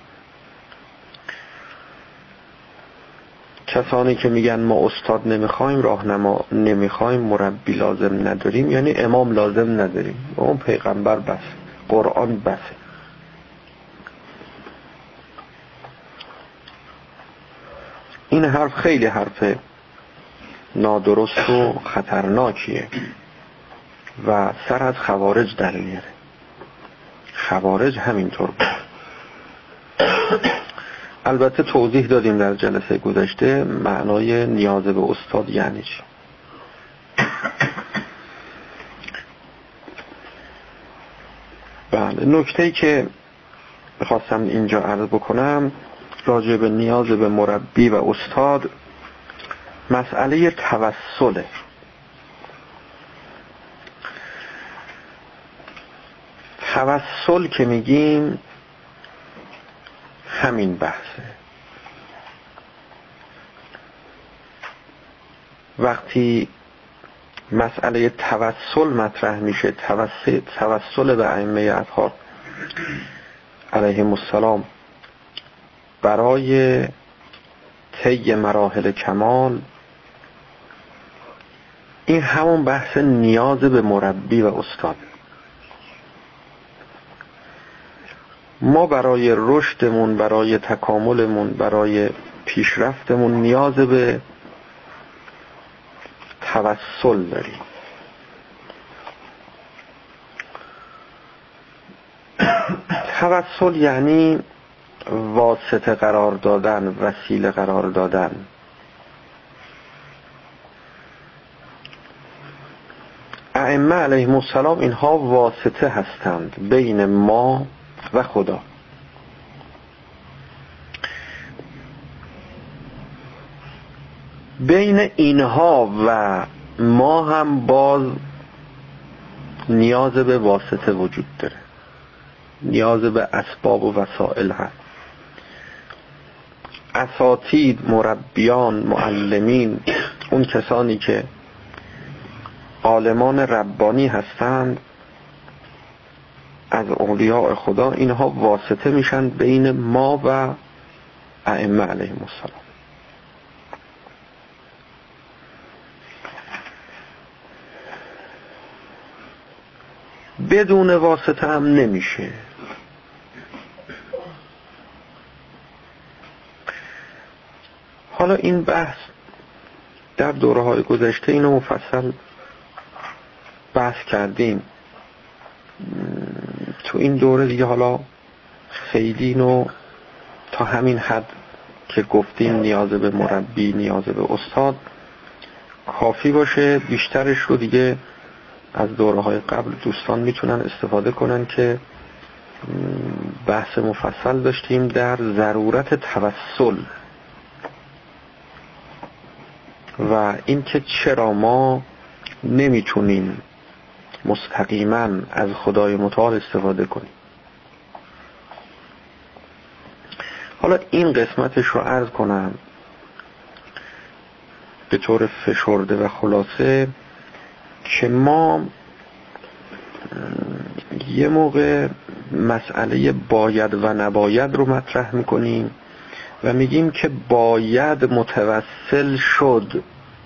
کسانی که میگن ما استاد نمیخوایم، راهنما نمیخوایم، مربی لازم نداریم، یعنی امام لازم نداریم، اون پیغمبر بس، قرآن بسه. این حرف خیلی حرف نادرست و خطرناکیه و سر از خوارج در میاره. خوارج همینطور بود. البته توضیح دادیم در جلسه گذشته معنای نیاز به استاد یعنی چی. بله، نکته‌ای که می‌خواستم اینجا عرض بکنم راجع به نیاز به مربی و استاد مسئله توسله. توسل که میگیم همین بحثه. وقتی مسئله توسل مطرح میشه، توسل به ائمه اطهار علیهم السلام برای طی مراحل کمال، این همون بحث نیاز به مربی و استاد. ما برای رشدمون، برای تکاملمون، برای پیشرفتمون نیاز به توسل داریم. توسل یعنی واسطه قرار دادن، وسیله قرار دادن. ائمه علیهم السلام اینها واسطه هستند بین ما و خدا. بین اینها و ما هم باز نیاز به واسطه وجود داره، نیاز به اسباب و وسائل هست. اساتید، مربیان، معلمین، اون کسانی که عالمان ربانی هستند از اولیاء خدا، اینها واسطه میشن بین ما و ائمه علیهم السلام. بدون واسطه هم نمیشه. حالا این بحث در دوره‌های گذشته اینو مفصل بحث کردیم. تو این دوره دیگه حالا خیلی اینو تا همین حد که گفتیم نیاز به مربی، نیاز به استاد کافی باشه. بیشترش رو دیگه از دوره‌های قبل دوستان میتونن استفاده کنن که بحث مفصل داشتیم در ضرورت توسل و اینکه چرا ما نمیتونیم مستقیما از خدای متعال استفاده کنیم. حالا این قسمتش رو عرض کنم به طور فشرده و خلاصه که ما یه موقع مسئله باید و نباید رو مطرح میکنیم و میگیم که باید متوسل شد.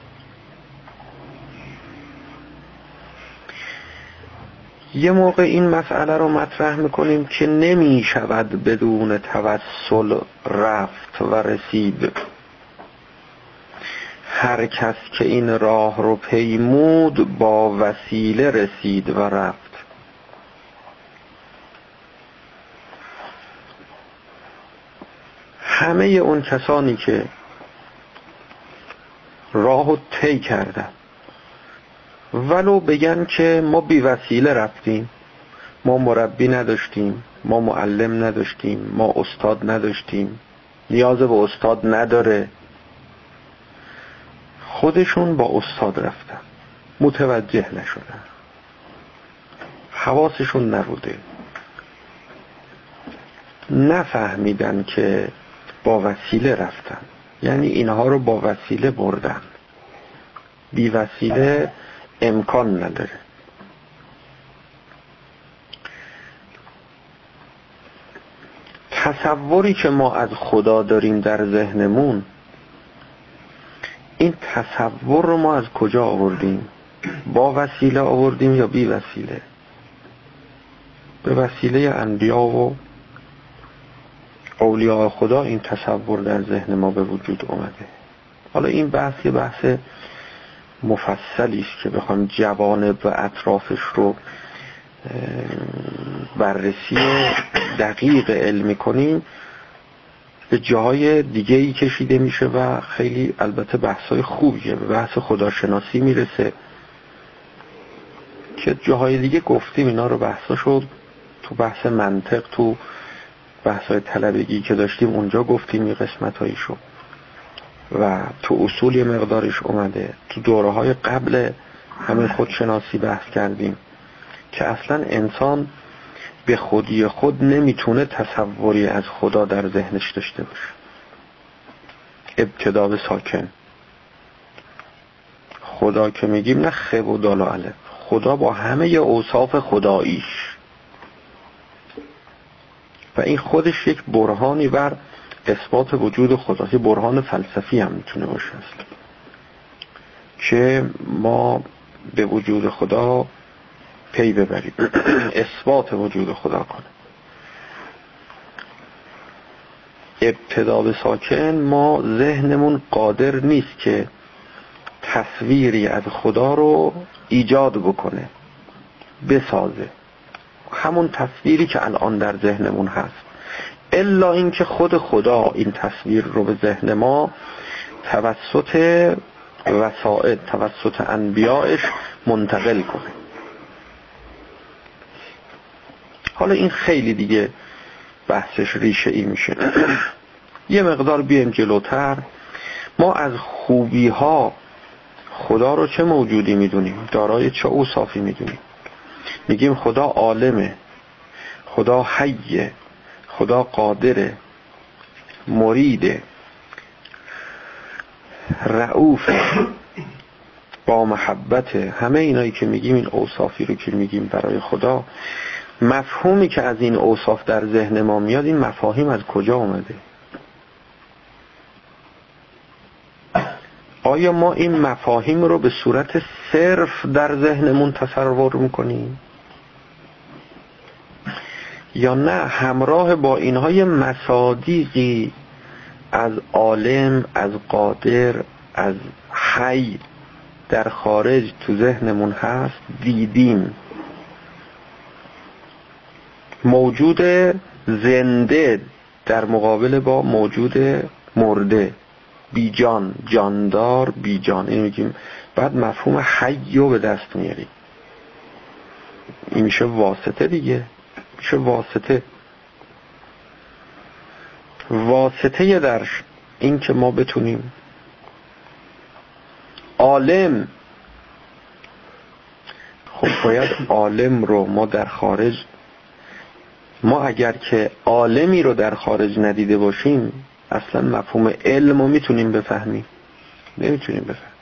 یه موقع این مسئله رو مطرح میکنیم که نمی شود بدون توسل رفت و رسید. هر کس که این راه رو پیمود با وسیله رسید و رفت. همه اون کسانی که راهو طی کردن ولو بگن که ما بی وسیله رفتیم، ما مربی نداشتیم، ما معلم نداشتیم، ما استاد نداشتیم، نیاز به استاد نداره، خودشون با استاد رفتن، متوجه نشدن، حواسشون نبوده، نفهمیدن که با وسیله رفتن، یعنی اینها رو با وسیله بردن. بی وسیله امکان نداره. تصوری که ما از خدا داریم در ذهنمون، این تصور رو ما از کجا آوردیم؟ با وسیله آوردیم یا بی وسیله؟ به وسیله انبیا و اولیاء خدا این تصور در ذهن ما به وجود اومده. حالا این بحث یه بحث مفصلی است که بخوایم جوانب و اطرافش رو بررسی دقیق علمی کنیم به جاهای دیگه‌ای کشیده میشه و خیلی البته بحث‌های خوبیه، به بحث خداشناسی میرسه که جاهای دیگه گفتیم اینا رو بحثاشو تو بحث منطق، تو بحث‌های طلبگی که داشتیم اونجا گفتیم یه قسمت‌هایشو و تو اصول یه مقدارش اومده، تو دوره‌های قبل همین خودشناسی بحث کردیم که اصلا انسان به خودی خود نمیتونه تصوری از خدا در ذهنش داشته باشه. ابتدا به ساکن خدا که میگیم نه خب و دال و الف، خدا با همه اوصاف خداییش، و این خودش یک برهانی بر اثبات وجود خداست. برهان فلسفی هم میتونه باشه اصلا که ما به وجود خدا پی ببریم اثبات وجود خدا کنه. ابتدا به ساکن ما ذهنمون قادر نیست که تصویری از خدا رو ایجاد بکنه، بسازه، همون تصویری که الان در ذهنمون هست، الا اینکه خود خدا این تصویر رو به ذهن ما توسط وسائل، توسط انبیائش منتقل کنه. حالا این خیلی دیگه بحثش ریشه ای میشه. یه مقدار بیایم جلوتر. ما از خوبی ها خدا رو چه موجودی میدونیم؟ دارای چه اوصافی میدونیم؟ میگیم خدا عالمه، خدا حیه، خدا قادره، مریده، رؤوف، با محبت. همه اینایی که میگیم، این اوصافی رو که میگیم برای خدا، مفهومی که از این اوصاف در ذهن ما میاد، این مفاهیم از کجا اومده؟ آیا ما این مفاهیم رو به صورت صرف در ذهنمون تصور میکنیم یا نه همراه با اینها یه مصادیقی از عالم، از قادر، از حی در خارج تو ذهنمون هست، دیدیم موجود زنده در مقابل با موجود مرده، بیجان، جاندار، بیجان، این میگیم. بعد مفهوم حی رو به دست میاریم. این میشه واسطه دیگه، میشه واسطه در این که ما بتونیم عالم. خب باید عالم رو ما در خارج، ما اگر که عالمی رو در خارج ندیده باشیم اصلا مفهوم علم رو میتونیم بفهمیم؟ نمیتونیم بفهمیم.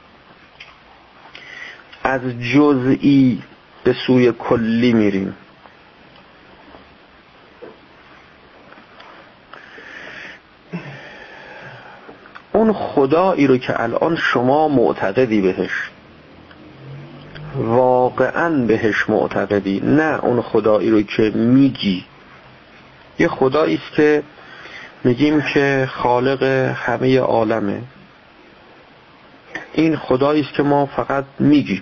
از جزئی به سوی کلی میریم. اون خدایی رو که الان شما معتقدی بهش، واقعا بهش معتقدی، نه اون خدایی رو که میگی. یه خدایی است که میگیم که خالق همه عالمه، این خدایی است که ما فقط میگیم.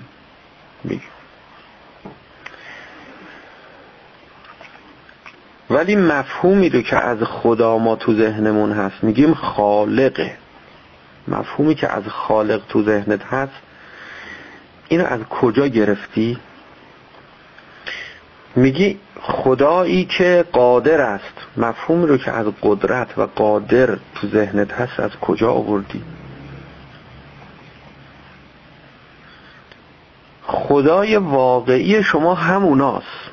ولی مفهومی رو که از خدا ما تو ذهنمون هست میگیم خالقه. مفهومی که از خالق تو ذهنت هست، اینو از کجا گرفتی؟ میگی خدایی که قادر است. مفهومی رو که از قدرت و قادر تو ذهنت هست از کجا آوردی؟ خدای واقعی شما هموناست.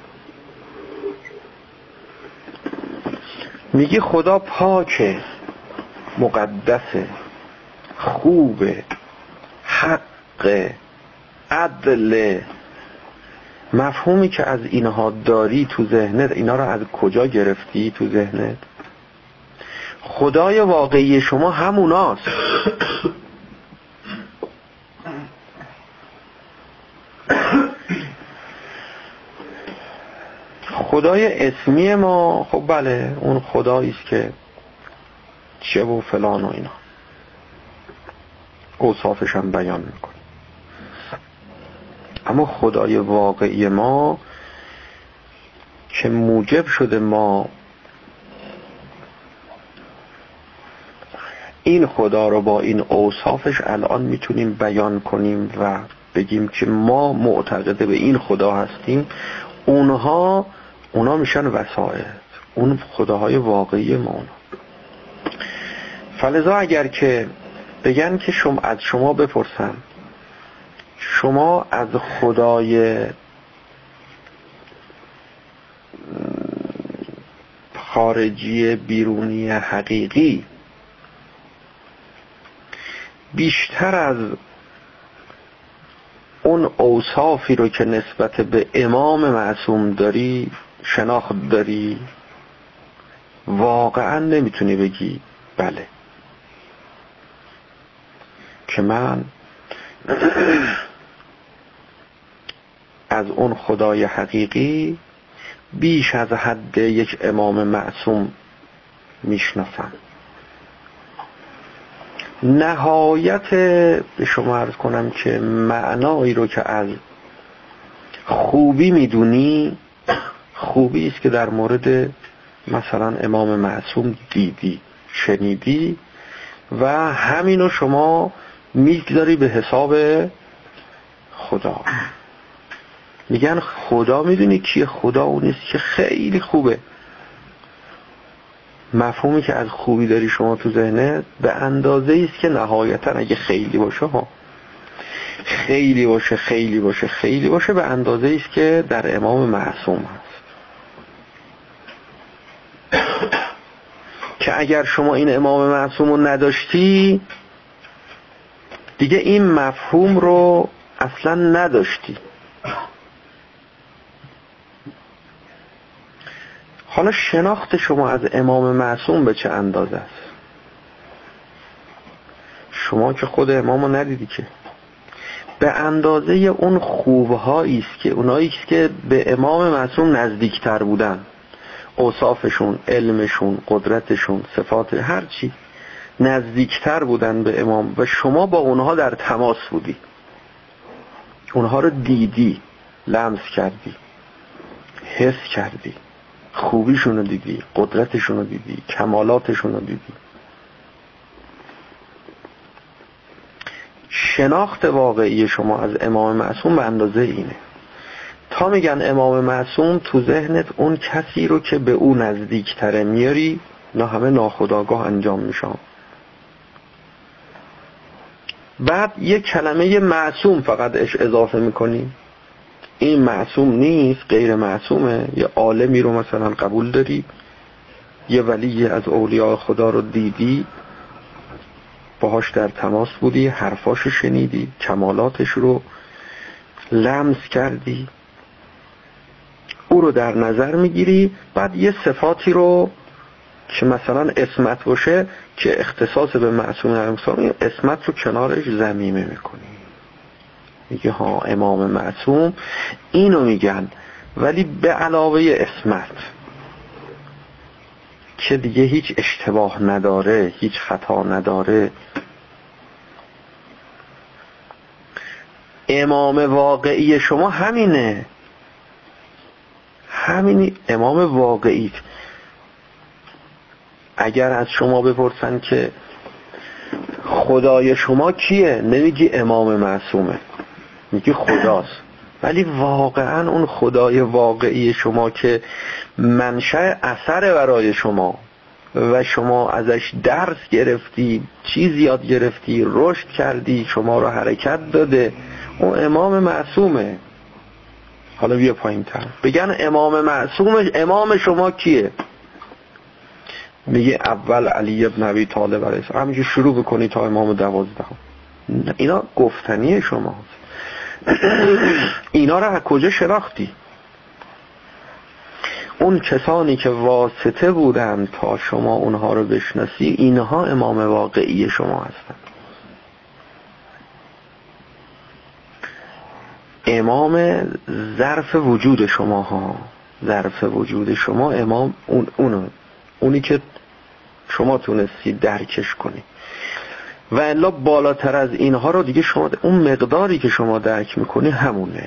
میگی خدا پاکه، مقدسه، خوبه، حقه، عدل. مفهومی که از اینها داری تو ذهنت، اینا رو از کجا گرفتی تو ذهنت؟ خدای واقعی شما هموناست. خدای اسمی ما، خب بله اون خدایی است که چه و فلان و اینا، اوصافش هم بیان میکنه. اما خدای واقعی ما که موجب شده ما این خدا رو با این اوصافش الان میتونیم بیان کنیم و بگیم که ما معتقد به این خدا هستیم، اونا میشن وسائط، اون خداهای واقعی ما. فلذا اگر که بگن که از شما بپرسن شما از خدای خارجی بیرونی حقیقی بیشتر از اون اوصافی رو که نسبت به امام معصوم داری شناخت داری، واقعا نمیتونی بگی بله که من از اون خدای حقیقی بیش از حد یک امام معصوم میشناسم. نهایت به شما عرض کنم که معنایی رو که از خوبی میدونی، خوبی است که در مورد مثلا امام معصوم دیدی، شنیدی و همینو شما میگذاری به حساب خدا. میگن خدا میدونی کیه؟ خدا اونیست که خیلی خوبه. مفهومی که از خوبی داری شما تو ذهنت به اندازه ایست که نهایتا اگه خیلی باشه خیلی باشه به اندازه ایست که در امام معصوم هست. که اگر شما این امام معصوم رو نداشتی دیگه این مفهوم رو اصلا نداشتی. حالا شناخت شما از امام معصوم به چه اندازه است؟ شما که خود امام رو ندیدی که. به اندازه اون خوبهایی است که اونایی که به امام معصوم نزدیکتر بودن، اوصافشون، علمشون، قدرتشون، صفات، هر چی نزدیکتر بودن به امام و شما با اونها در تماس بودی، اونها رو دیدی، لمس کردی، حس کردی، خوبیشون رو دیدی، قدرتشون رو دیدی، کمالاتشون رو دیدی. شناخت واقعی شما از امام معصوم به اندازه اینه. تا میگن امام معصوم تو ذهنت اون کسی رو که به او نزدیکتره میاری، نه همه ناخودآگاه انجام میشن. بعد یک کلمه معصوم فقط اضافه میکنی. این معصوم نیست، غیر معصومه. یه عالمی رو مثلا قبول داری، یه ولی از اولیاء خدا رو دیدی، باهاش در تماس بودی، حرفاشو شنیدی، کمالاتش رو لمس کردی، او رو در نظر میگیری. بعد یه صفاتی رو که مثلا اسمت باشه که اختصاص به معصوم نرمسان، اسمت رو کنارش ضمیمه میکنی، میگه ها امام معصوم اینو میگن، ولی به علاوه اسمت که دیگه هیچ اشتباه نداره، هیچ خطا نداره. امام واقعی شما همینه، همین امام واقعی. اگر از شما بپرسن که خدای شما کیه، نمیگی امام معصومه، میگی خداست. ولی واقعا اون خدای واقعی شما که منشأ اثر برای شما و شما ازش درس گرفتی، چیز یاد گرفتی، رشد کردی، شما رو حرکت داده، اون امام معصومه. حالا بیا پایین تر بگن امام معصوم، امام شما کیه؟ میگه اول علی ابن ابی طالب علیه السلام. همینجور شروع بکنی تا امام 12. اینا گفتنی شماست. اینا رو از کجا شناختی؟ اون کسانی که واسطه بودن تا شما اونها رو بشناسی، اینها امام واقعی شما هستن. امام ظرف وجود شما ها، ظرف وجود شما امام اونی که شما تونستی درکش کنی. و الا بالاتر از اینها رو دیگه شما اون مقداری که شما درک میکنی همونه.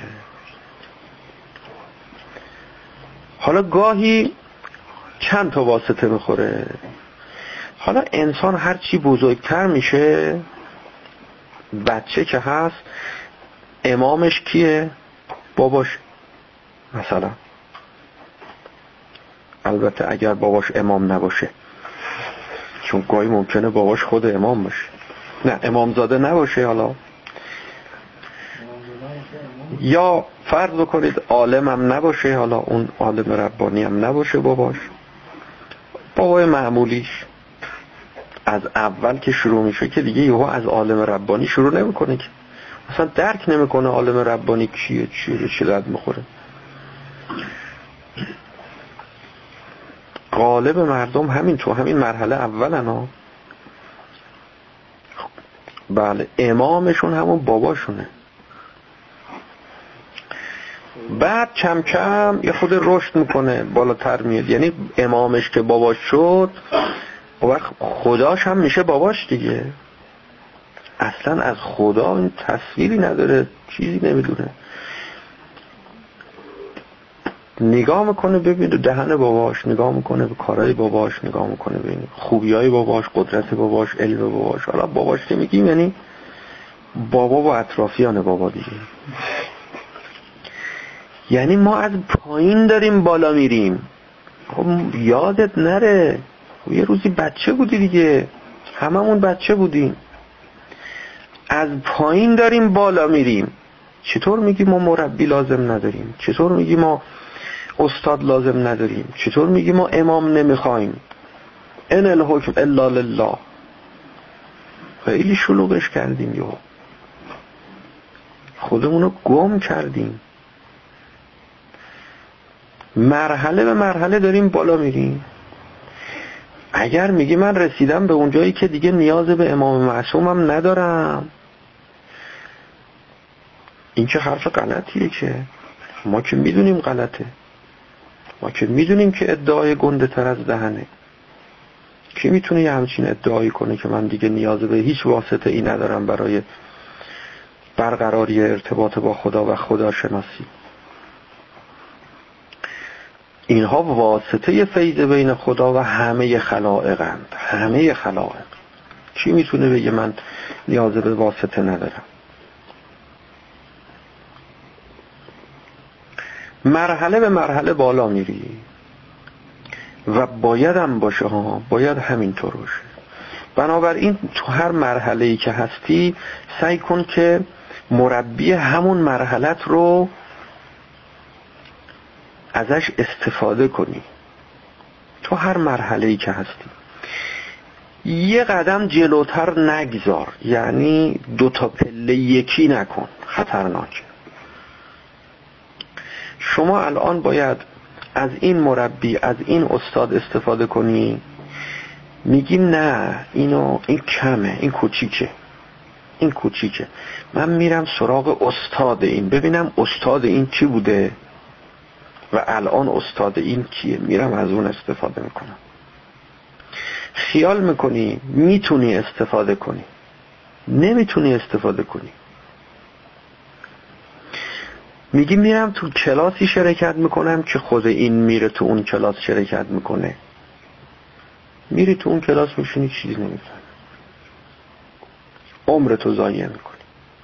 حالا گاهی چند تا واسطه میخوره. حالا انسان هر چی بزرگتر میشه، بچه که هست امامش کیه؟ باباش مثلا. البته اگر باباش امام نباشه، چون گاهی ممکنه باباش خود امام باشه، نه امامزاده نباشه، حالا یا فرض بکنید عالم هم نباشه، حالا اون عالم ربانی هم نباشه باباش، بابای معمولیش. از اول که شروع میشه که دیگه یهو از عالم ربانی شروع نمیکنه، که اصلا درک نمیکنه عالم ربانی کیه، چیه، به چه درد میخوره. غالب مردم همین تو همین مرحله اولن ها. بله، امامشون همون باباشونه. بعد کم کم یه خود رشد میکنه، بالاتر میاد، یعنی امامش که باباش شد، و وقت خداش هم میشه باباش دیگه. اصلا از خدا این تصویری نداره، چیزی نمیدونه. نگاه میکنه ببینه دهن باباش، نگاه میکنه به کارهای باباش، نگاه میکنه ببینه خوبیای باباش، قدرت باباش، علم باباش. حالا باباش که میگیم یعنی بابا و اطرافیان بابا دیگه. یعنی ما از پایین داریم بالا میریم. خب یادت نره یه روزی بچه بودی دیگه، هممون بچه بودیم. از پایین داریم بالا میریم. چطور میگی ما مربی لازم نداریم؟ چطور میگی ما استاد لازم نداریم؟ چطور میگی ما امام نمیخوایم؟ ان الحکم الا لله. خیلی شلوغش کردیم، یهو خودمونو گم کردیم. مرحله به مرحله داریم بالا میریم. اگر میگی من رسیدم به اون جایی که دیگه نیاز به امام معصومم ندارم، این که حرف غلطیه. که ما که میدونیم غلطه، ما که میدونیم که ادعای گنده تر از دهنه. کی میتونه یه همچین ادعایی کنه که من دیگه نیاز به هیچ واسطه ای ندارم برای برقراری ارتباط با خدا و خداشناسی؟ اینها واسطه فیض بین خدا و همه خلائقند، همه خلائق. کی میتونه بگه من نیاز به واسطه ندارم؟ مرحله به مرحله بالا میری و باید هم باشه ها، باید همینطور باشه. بنابراین تو هر مرحله‌ای که هستی سعی کن که مربی همون مرحلت رو ازش استفاده کنی. تو هر مرحله‌ای که هستی یه قدم جلوتر نگذار، یعنی 2 تا پله یکی نکن، خطرناکه. شما الان باید از این مربی، از این استاد استفاده کنی. میگی نه این کمه، این کوچیکه، من میرم سراغ استاد این، ببینم استاد این کی بوده و الان استاد این کیه، میرم از اون استفاده میکنم. خیال میکنی میتونی استفاده کنی، نمیتونی استفاده کنی. میگی میرم تو کلاسی شرکت میکنم که خود این میره تو اون کلاس شرکت میکنه. میری تو اون کلاس میشینی چیزی نمیفهمی، عمرتو ضایع میکنی.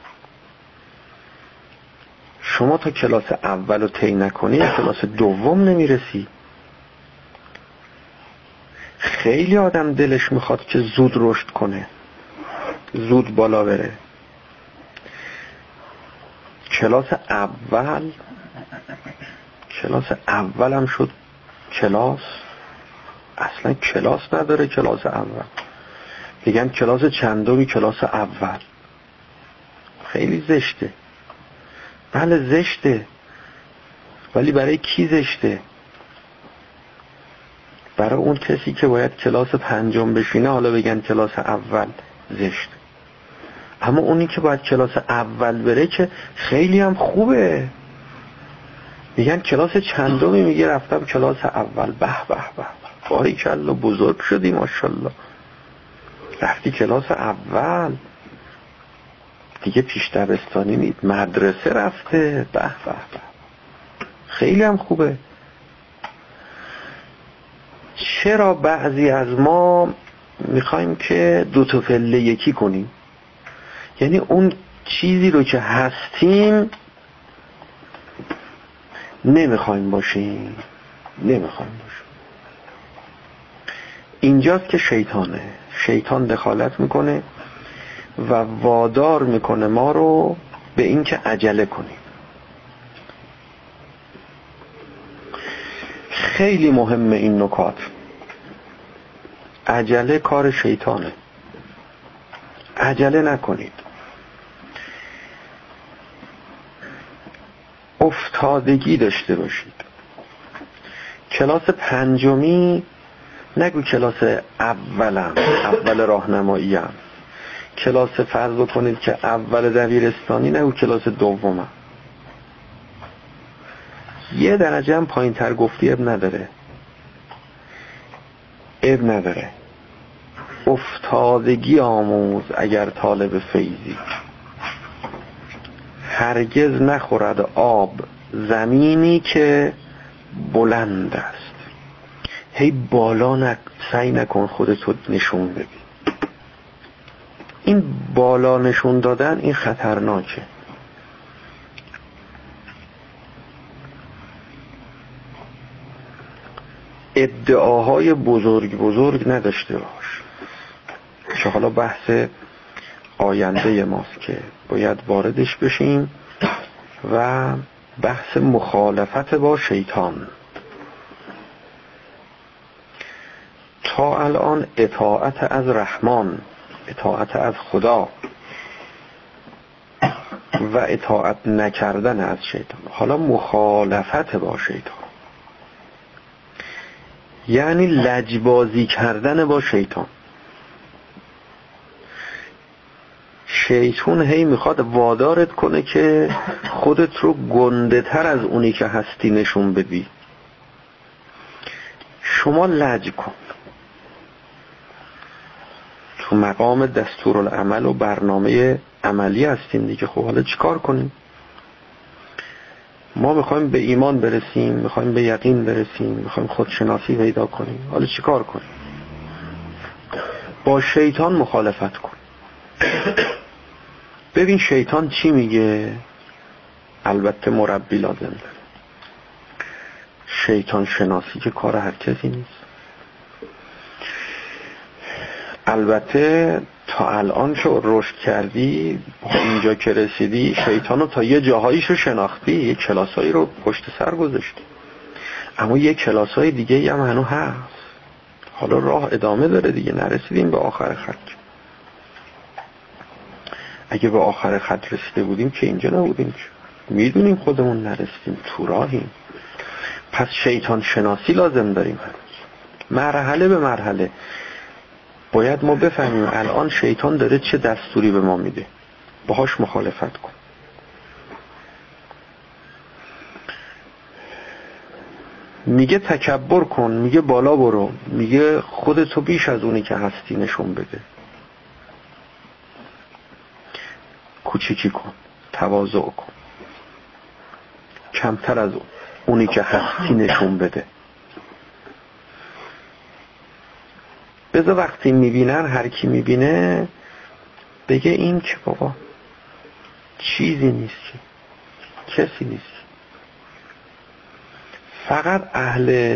شما تا کلاس اولو طی نکنی کلاس دوم نمیرسی. خیلی آدم دلش میخواد که زود رشد کنه، زود بالا بره. کلاس اول هم شد کلاس، اصلا کلاس نداره. کلاس اول میگن کلاس چندمی؟ کلاس اول. خیلی زشته. بله زشته، ولی برای کی زشته؟ برای اون کسی که باید کلاس 5 بشینه حالا بگن کلاس اول زشته. اما اونی که باید کلاس اول بره که خیلی هم خوبه. میگن کلاس چندمی؟ میگه رفتم کلاس اول. به به به، باریکلا بزرگ شدی ماشاءالله، رفتی کلاس اول دیگه، پیش دبستانی نیست، مدرسه رفته. به به به، خیلی هم خوبه. چرا بعضی از ما میخوایم که دو تا پله یکی کنیم، یعنی اون چیزی رو که هستیم نمیخوایم باشیم. اینجاست که شیطان دخالت میکنه و وادار میکنه ما رو به این که عجله کنیم. خیلی مهمه این نکات. عجله کار شیطانه. عجله نکنید. افتادگی داشته باشید. کلاس 5 نگو کلاس اول راهنماییم. کلاس فرض بکنید که اول دبیرستانی، نگو کلاس 2. یه درجه هم پایین تر گفتی اب نداره. افتادگی آموز اگر طالب فیضی، هرگز نخورد آب زمینی که بلند است. هی بالا سعی نکن خودتو نشون بدی. این بالا نشون دادن این خطرناکه. ادعاهای بزرگ نداشته باش، که حالا بحث آینده ماست که باید واردش بشیم، و بحث مخالفت با شیطان. تا الان اطاعت از رحمان، اطاعت از خدا و اطاعت نکردن از شیطان. حالا مخالفت با شیطان یعنی لجبازی کردن با شیطان. شیطان هی میخواد وادارت کنه که خودت رو گنده تر از اونی که هستی نشون بدی. شما لج کن. تو مقام دستورالعمل و برنامه عملی هستیم دیگه. خب حالا چیکار کنیم؟ ما میخوایم به ایمان برسیم، میخوایم به یقین برسیم، میخوایم خودشناسی پیدا کنیم. حالا چیکار کنیم؟ با شیطان مخالفت کن. ببین شیطان چی میگه. البته مربی لازم داره. شیطان شناسی که کار هر کسی نیست. البته تا الان که رشد کردی، اینجا که رسیدی، شیطانو تا یه جاهاییشو شناختی، یه کلاسایی رو پشت سر گذاشتی، اما یه کلاسای دیگه هم هنوز هست. حالا راه ادامه داره دیگه، نرسیدیم به آخر خط. اگه به آخر خط رسیده بودیم که اینجا نبودیم، میدونیم خودمون نرسیدیم، تو راهیم. پس شیطان شناسی لازم داریم. مرحله به مرحله باید ما بفهمیم الان شیطان داره چه دستوری به ما میده، باهاش مخالفت کن. میگه تکبر کن، میگه بالا برو، میگه خودتو بیش از اونی که هستی نشون بده. کوچیکی کن، تواضع کن، کمتر از اونی که هستی نشون بده. بذار وقتی میبینن، هر کی میبینه بگه این که بابا چیزی نیست، کسی نیست. فقط اهل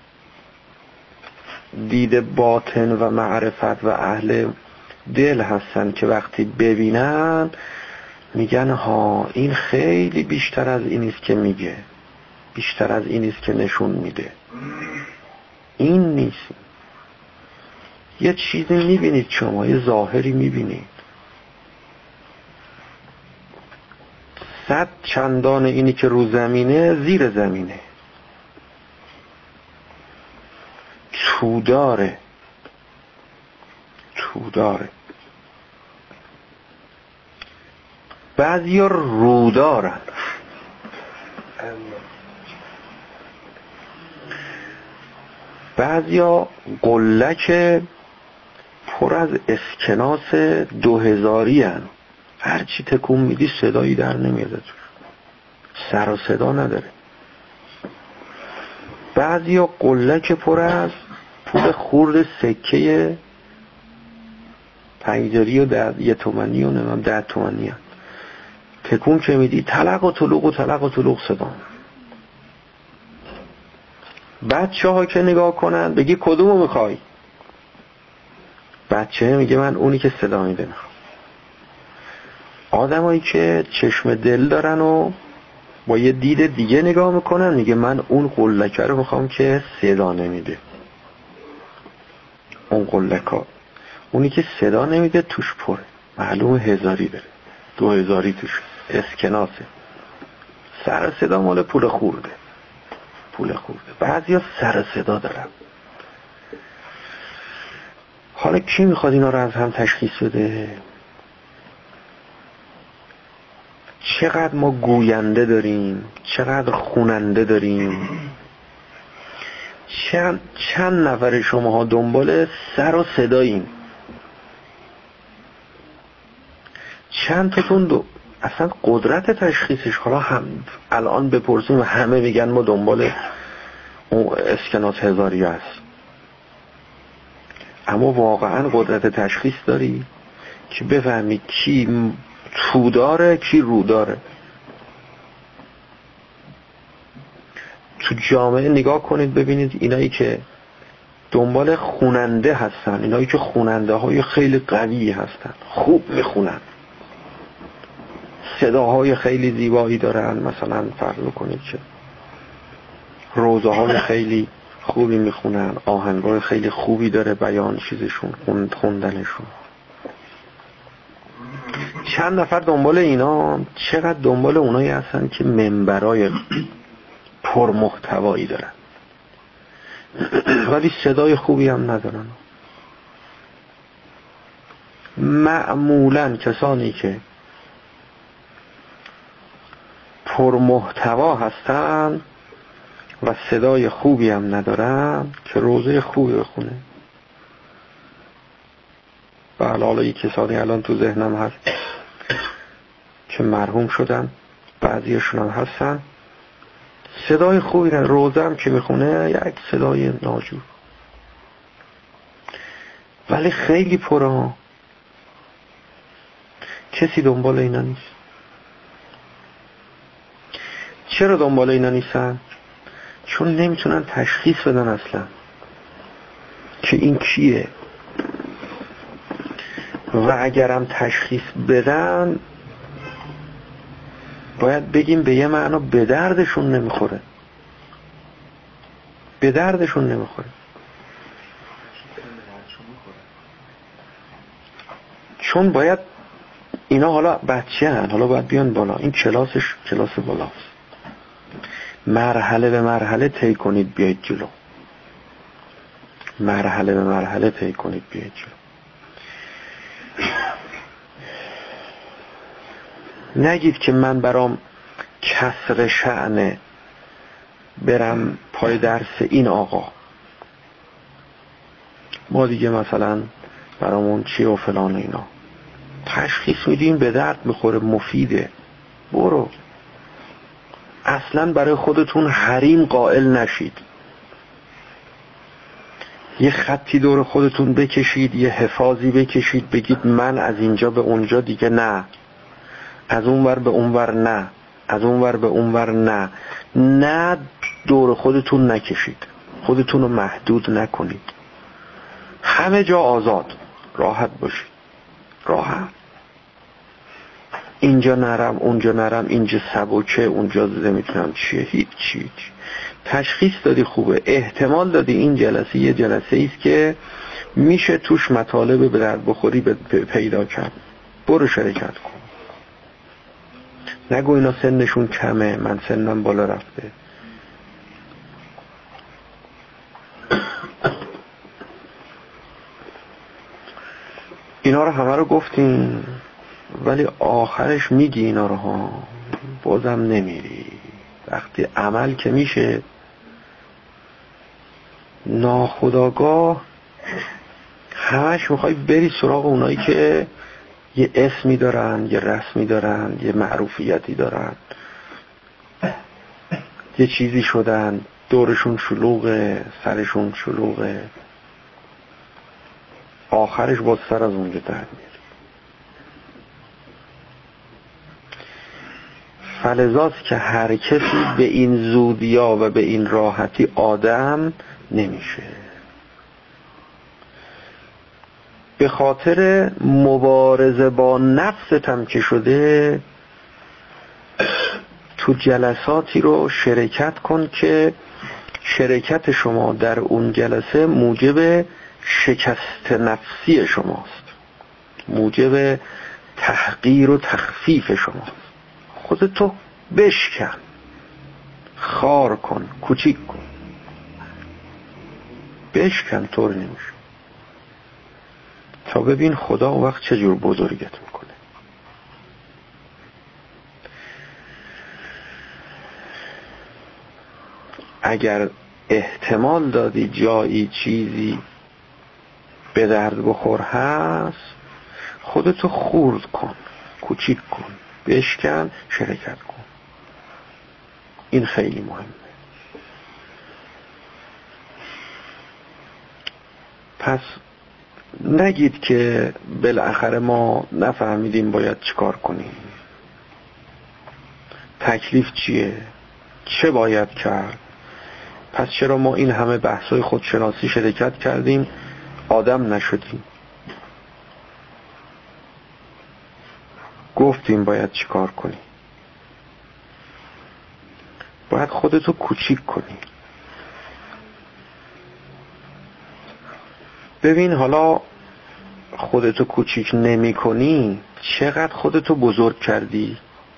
دید باطن و معرفت و اهل دل هستن که وقتی ببینن میگن ها این خیلی بیشتر از اینیست که میگه، بیشتر از اینیست که نشون میده. این نیست. یه چیزی میبینید شما، یه ظاهری میبینید، 100 چندان اینی که رو زمینه زیر زمینه، توداره. بعضی ها رو دارن، بعضی ها قلک پر از اسکناس 2000 هن. هرچی تکون میدی صدایی در نمیاد، سر و صدا نداره. بعضی ها قلک پر از پول خورد سکه 5 و 1 تومانی و نمیم 10 تومانی هم. تکون که میدی تلق و طلوق صدا. بچه ها که نگاه کنن بگی کدومو میخوای؟ بچه میگه من اونی که صدا میده میخوام. آدمایی که چشم دل دارن و با یه دید دیگه نگاه میکنن میگه من اون قلکه رو میخوام که صدا نمیده. اون قلکه اونی که صدا نمیده توش پره، معلومه 1000 داره، 2000 توش اسکناسه. سر صدا مال پول خورده. بعضی ها سر صدا دارن. حالا کی میخواد اینا رو از هم تشخیص بده؟ چقدر ما گوینده داریم، چقدر خوننده داریم. چند نفر شماها دنبال سر و صداییم؟ چند تاتون اصلا قدرت تشخیصش؟ حالا هم الان بپرسیم همه میگن ما دنبال اون اسکناس 1000 است. اما واقعا قدرت تشخیص داری که بفهمی کی تو داره کی رو داره؟ تو جامعه نگاه کنید ببینید اینایی که دنبال خوننده هستن، اینایی که خوننده های خیلی قوی هستن، خوب میخونن، صداهای خیلی زیبایی دارن، مثلا فرض کنید که روزه های خیلی خوبی میخونن، آهنگای خیلی خوبی داره بیان چیزشون، خوندنشون. چند نفر دنبال اینا، چقدر دنبال اونایی هستن که منبرای پرمحتوایی دارن ولی صدای خوبی هم ندارن. معمولا کسانی که پرمحتوا هستن و صدای خوبی هم ندارن که روزه خوبی بخونه. بله، حالا این کسانی الان تو ذهنم هست که مرحوم شدن، بعضیشون هم هستن صدای خوبی ندارن، روزه هم که میخونه یک صدای ناجور، ولی خیلی پرها. کسی دنبال اینا نیست. چرا دنبال اینا نیستن؟ چون نمیتونن تشخیص بدن اصلا که این کیه، و اگرم تشخیص بدن باید بگیم به یه معنا به دردشون نمیخوره. به دردشون نمیخوره. چون باید اینا حالا بچه هن، حالا باید بیان بالا. این کلاسش کلاس بالاست. مرحله به مرحله طی کنید بیایید جلو. مرحله به مرحله طی کنید بیایید جلو. نگید که من برام کسر شأنه برم پای درس این آقا، ما دیگه مثلا برامون چی و فلان اینا. تشخیص میدیم به درد میخوره، مفیده، برو. اصلا برای خودتون حریم قائل نشید. یه خطی دور خودتون بکشید، یه حفاظی بکشید، بگید من از اینجا به اونجا دیگه نه، از اون ور به اون ور نه، از اون ور به اون ور نه. نه، دور خودتون نکشید، خودتون رو محدود نکنید. همه جا آزاد، راحت باشید، راحت. اینجا نرم اونجا نرم، اینجا سبکه اونجا نمیتونم چیه، هیچ. تشخیص دادی خوبه، احتمال دادی این جلسه یه جلسه ایست که میشه توش مطالب به درد بخوری پیدا کرد، برو شرکت کن. نگو اینا سنشون کمه، من سنم بالا رفته. اینا رو همه رو گفتیم ولی آخرش میگی اینا رو ها، بازم نمیری. وقتی عمل که میشه ناخودآگاه همش میخوای بری سراغ اونایی که یه اسمی دارن، یه رسمی دارن، یه معروفیتی دارن، یه چیزی شدن، دورشون شلوغه، سرشون شلوغه. آخرش با سر از اونجا در میاری. فلذاست که هر کسی به این زودیا و به این راحتی آدم نمیشه. به خاطر مبارزه با نفست هم که شده، تو جلساتی رو شرکت کن که شرکت شما در اون جلسه موجب شکست نفسی شماست، موجب تحقیر و تخفیف شماست. خودتو بشکن، خار کن، کوچیک کن، بشکن، طور نمیشه تا ببین خدا وقت چجور بزرگت میکنه. اگر احتمال دادی جایی چیزی به درد بخور هست، خودتو خورد کن، کوچیک کن، بشکن، شرکت کن. این خیلی مهمه. پس نگید که بالاخره ما نفهمیدیم باید چیکار کنیم، تکلیف چیه، چه باید کرد. پس چرا ما این همه بحثای خودشناسی شرکت کردیم آدم نشدیم؟ گفتیم باید چیکار کنی. باید خودتو کوچیک کنی. ببین حالا خودتو کوچیک نمی کنی، چقدر خودتو بزرگ کردی.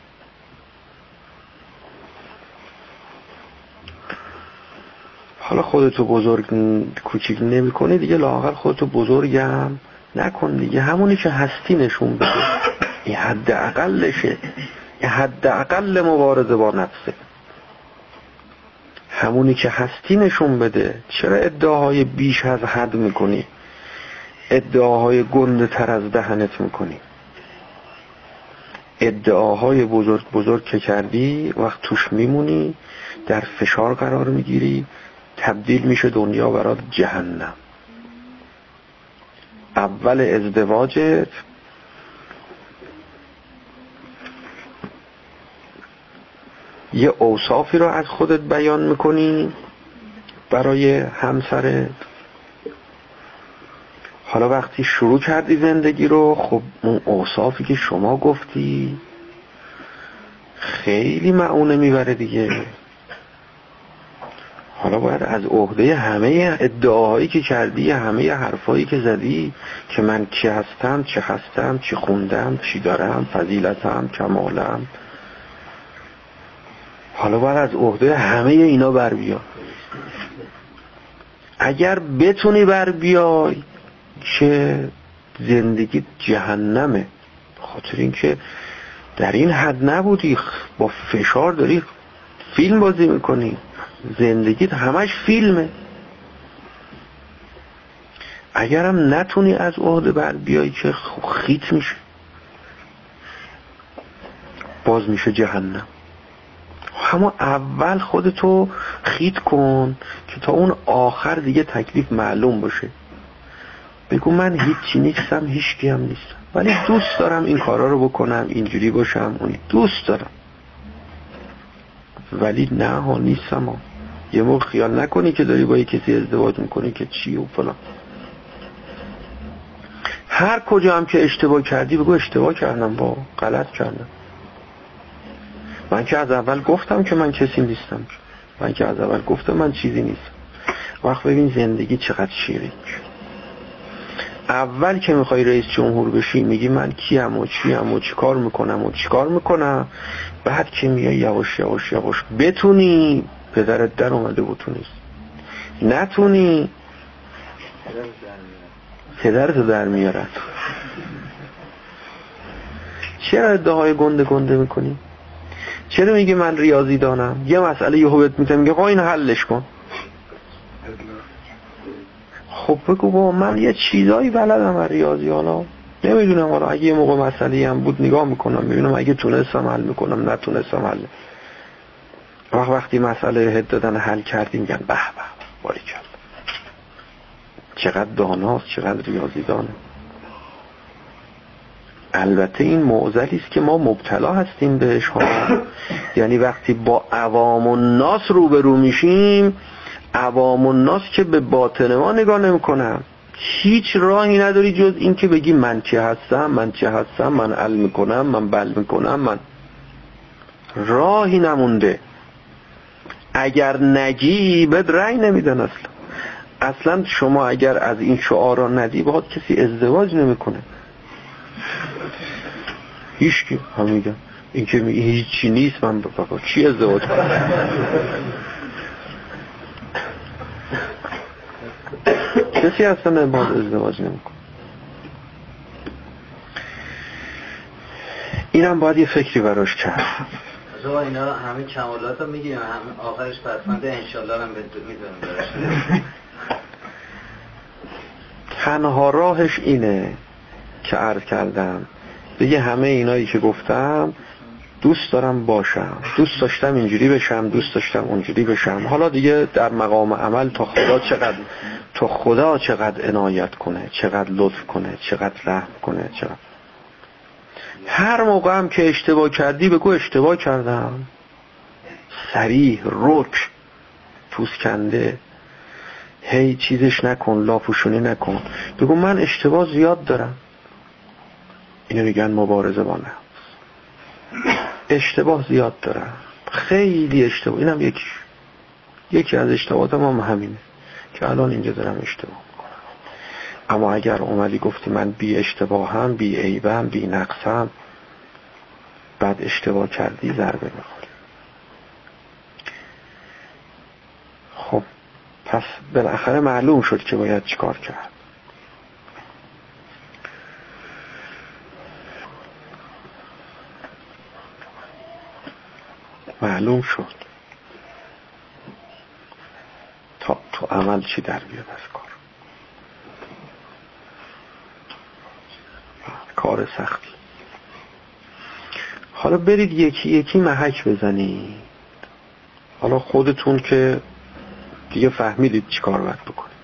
حالا خودتو بزرگ کوچیک نمی کنی دیگه، لااقل خودتو بزرگم نکن دیگه. همونی که هستی نشون بده. این حد اقلشه، این حد اقل مبارزه با نفسه. همونی که هستی نشون بده. چرا ادعاهای بیش از حد میکنی؟ ادعاهای گنده تر از دهنت میکنی؟ ادعاهای بزرگ که کردی وقت توش میمونی، در فشار قرار میگیری، تبدیل میشه دنیا برات جهنم. اول ازدواجت یه اوصافی رو از خودت بیان میکنی برای همسرت. حالا وقتی شروع کردی زندگی رو، خب اون اوصافی که شما گفتی خیلی معونه میبره دیگه. حالا باید از عهده همه ادعاهایی که کردی، همه حرفایی که زدی که من کی هستم، چه هستم، چی خوندم، چی دارم، فضیلتم، کمالم، حالا باید از عهده همه اینا بر بیا. اگر بتونی بر بیای که زندگی جهنمه، خاطر اینکه در این حد نبودی، با فشار داری فیلم بازی میکنی، زندگیت همش فیلمه. اگرم نتونی از عهده بر بیای که خیت میشه، باز میشه جهنم. همون اول خودتو خیت کن که تا اون آخر دیگه تکلیف معلوم باشه. بگو من هیچی نیستم، هیچکی هم نیستم، ولی دوست دارم این کارا رو بکنم، اینجوری باشم، اونی دوست دارم، ولی نه ها نیستم ها. یه موقع خیال نکنی که داری با یه کسی ازدواج میکنی که چی و فلان. هر کجا هم که اشتباه کردی بگو اشتباه کردم، با غلط کردم. من که از اول گفتم که من کسی نیستم، من که از اول گفتم من چیزی نیستم. وقت ببین زندگی چقدر شیرین. اول که میخوای رئیس جمهور بشی میگی من کیم و چیم و چی کار میکنم و چی کار میکنم. بعد که میای یواش یواش یواش بتونی، پدرت در اومده بتونی، نتونی پدرت در میارد. چرا ادعاهای گنده میکنی؟ چرا میگی من ریاضی دانم؟ یه مسئله یهو بهت میگه میگه این حلش کن. خب بگو با من یه چیزایی بلدم از ریاضی، حالا نمیدونم، حالا اگه یه موقع مسئله هم بود نگاه میکنم ببینم اگه تونستم حل میکنم، نتونستم حل. وقتی مسئله حد دادن حل کردیم میگن به به باریکلا. چقدر داناست، چقدر ریاضیدانه. البته این معضلی است که ما مبتلا هستیم بهش ها. یعنی وقتی با عوام الناس روبرو میشیم، عوام الناس که به باطن ما نگاه نمیکنن، هیچ راهی نداری جز این که بگی من چه هستم، من علم میکنم، من بل میکنم، من راهی نمونده. اگر نگی بهت رأی نمیدن. اصلا شما اگر از این شعارا ندی باهات کسی ازدواج نمیکنه. هیچ کی هم میگن این که میگه هیچی نیست، من با چی ازدواج کنم؟ کسی اصلا باهات ازدواج نمیکنه. اینم باید یه فکری براش کرد. شما اینا همه کمالات رو میگیم، همه آخرش پسمنده انشالله هم میدونم براش. تنها راهش اینه که عرض کردم، دیگه همه اینایی که گفتم دوست دارم باشم، دوست داشتم اینجوری بشم، دوست داشتم اونجوری بشم. حالا دیگه در مقام عمل تا خدا چقدر عنایت کنه، چقدر لطف کنه، چقدر رحم کنه، چقدر. هر موقع هم که اشتباه کردی بگو اشتباه کردم، صریح، رک، پوست کنده، هی چیزش نکن، لاپوشونی نکن، بگو من اشتباه زیاد دارم. اینو میگن مبارزه با نفس. اشتباه زیاد دارم، خیلی اشتباه. اینم یکی از اشتباهاتم هم همینه که الان اینجا دارم اشتباه میکنم. اما اگر اومدی گفتی من بی اشتباهم، بی عیبم، بی نقصم، بعد اشتباه کردی، ضربه میخوری. خب پس بالاخره معلوم شد که باید چیکار کرد. معلوم شد تا تو عمل چی در بیاد از کار سختی. حالا برید یکی یکی محک بزنید. حالا خودتون که دیگه فهمیدید چی کار باید بکنید.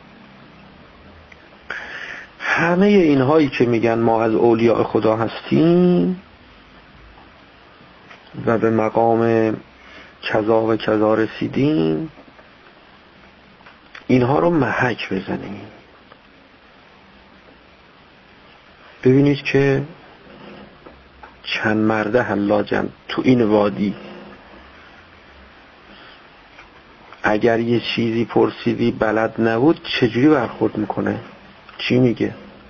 همه اینهایی که میگن ما از اولیاء خدا هستیم و به مقام کذا و کذا رسیدیم، اینها رو محک بزنید. ببینید که چند مرده حلاجن تو این وادی. اگر یه چیزی پرسیدی بلد نبود چجوری برخورد میکنه؟ چی میگه؟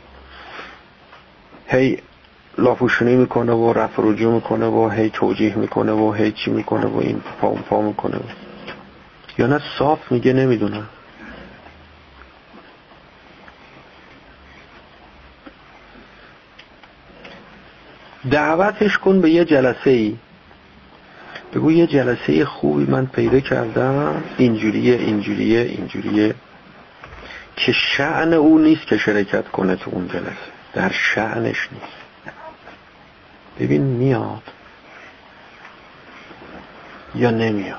هی لاپوشونی میکنه و رفع رجوع میکنه و هی توجیه میکنه و هی چی میکنه و این پا میکنه یا نه صاف میگه نمیدونم. دعوتش کن به یه جلسه ای، بگو یه جلسه خوبی من پیدا کردم، اینجوریه که شأن او نیست که شرکت کنه تو اون جلسه، در شأنش نیست. ببین میاد یا نمیاد.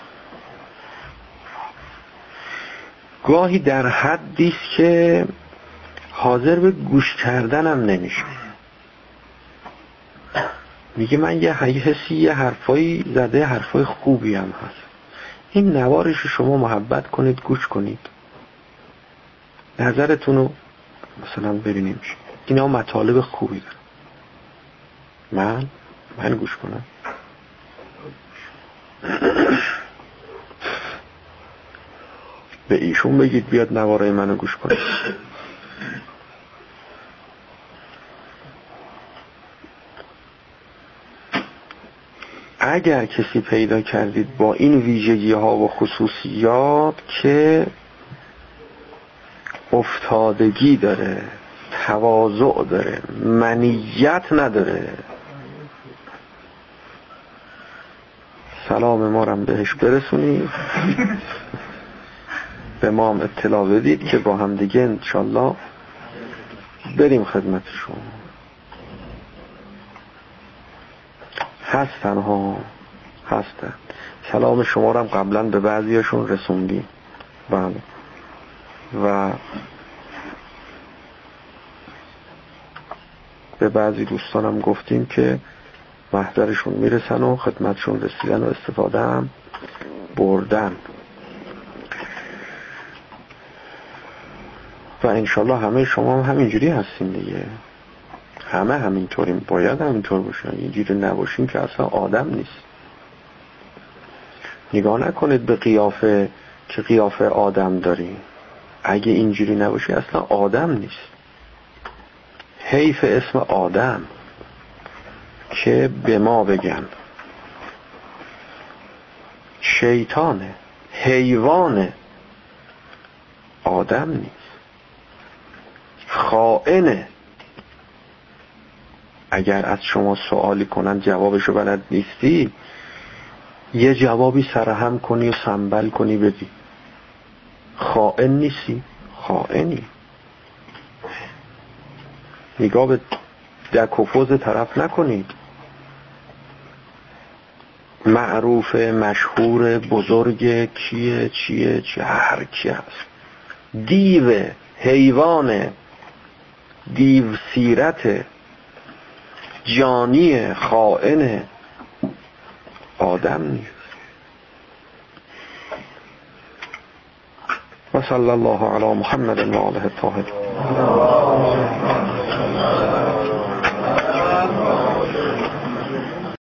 گاهی در حدیست که حاضر به گوش کردنم نمیشه. میگه من یه حسی یه حرفایی زده، حرفای خوبی هم هست، این نوارش رو شما محبت کنید، گوش کنید، نظرتون رو مثلا ببینیم چی. اینا مطالب خوبی دارن. من گوش کنم. به ایشون بگید بیاد نوارای منو گوش کنه. اگر کسی پیدا کردید با این ویژگی ها و خصوصیات که افتادگی داره، تواضع داره، منیت نداره، سلام ما رو بهش برسونید، به ما هم اطلاع بدید که با هم دیگه انشالله بریم خدمت شما. هستن. سلام شما رو هم قبلا به بعضیشون رسوندیم. بله. و به بعضی دوستانم گفتیم که محضرشون میرسن و خدمتشون رسیدن و استفاده هم بردن و انشالله همه شما هم همینجوری هستین دیگه. همه همینطوریم، باید همینطور باشن. اینجوری نباشین که اصلا آدم نیست. نگاه نکنید به قیافه که قیافه آدم داریم. اگه اینجوری نباشی اصلا آدم نیست. حیف اسم آدم که به ما بگن شیطانه، حیوانه، آدم نیست، خائنه. اگر از شما سوالی کنن جوابشو بلد نیستی، یه جوابی سرهم کنی و سنبل کنی بدی. خائن نیستی، خائنی. نگاه به دک و پوز طرف نکنید. معروف، مشهور، بزرگ، کیه، چیه، چه هر کی هست. دیو، حیوان، دیو سیرت، جانی، خائن، آدم نیست. و صلی الله علی محمد و آله الطاهرین.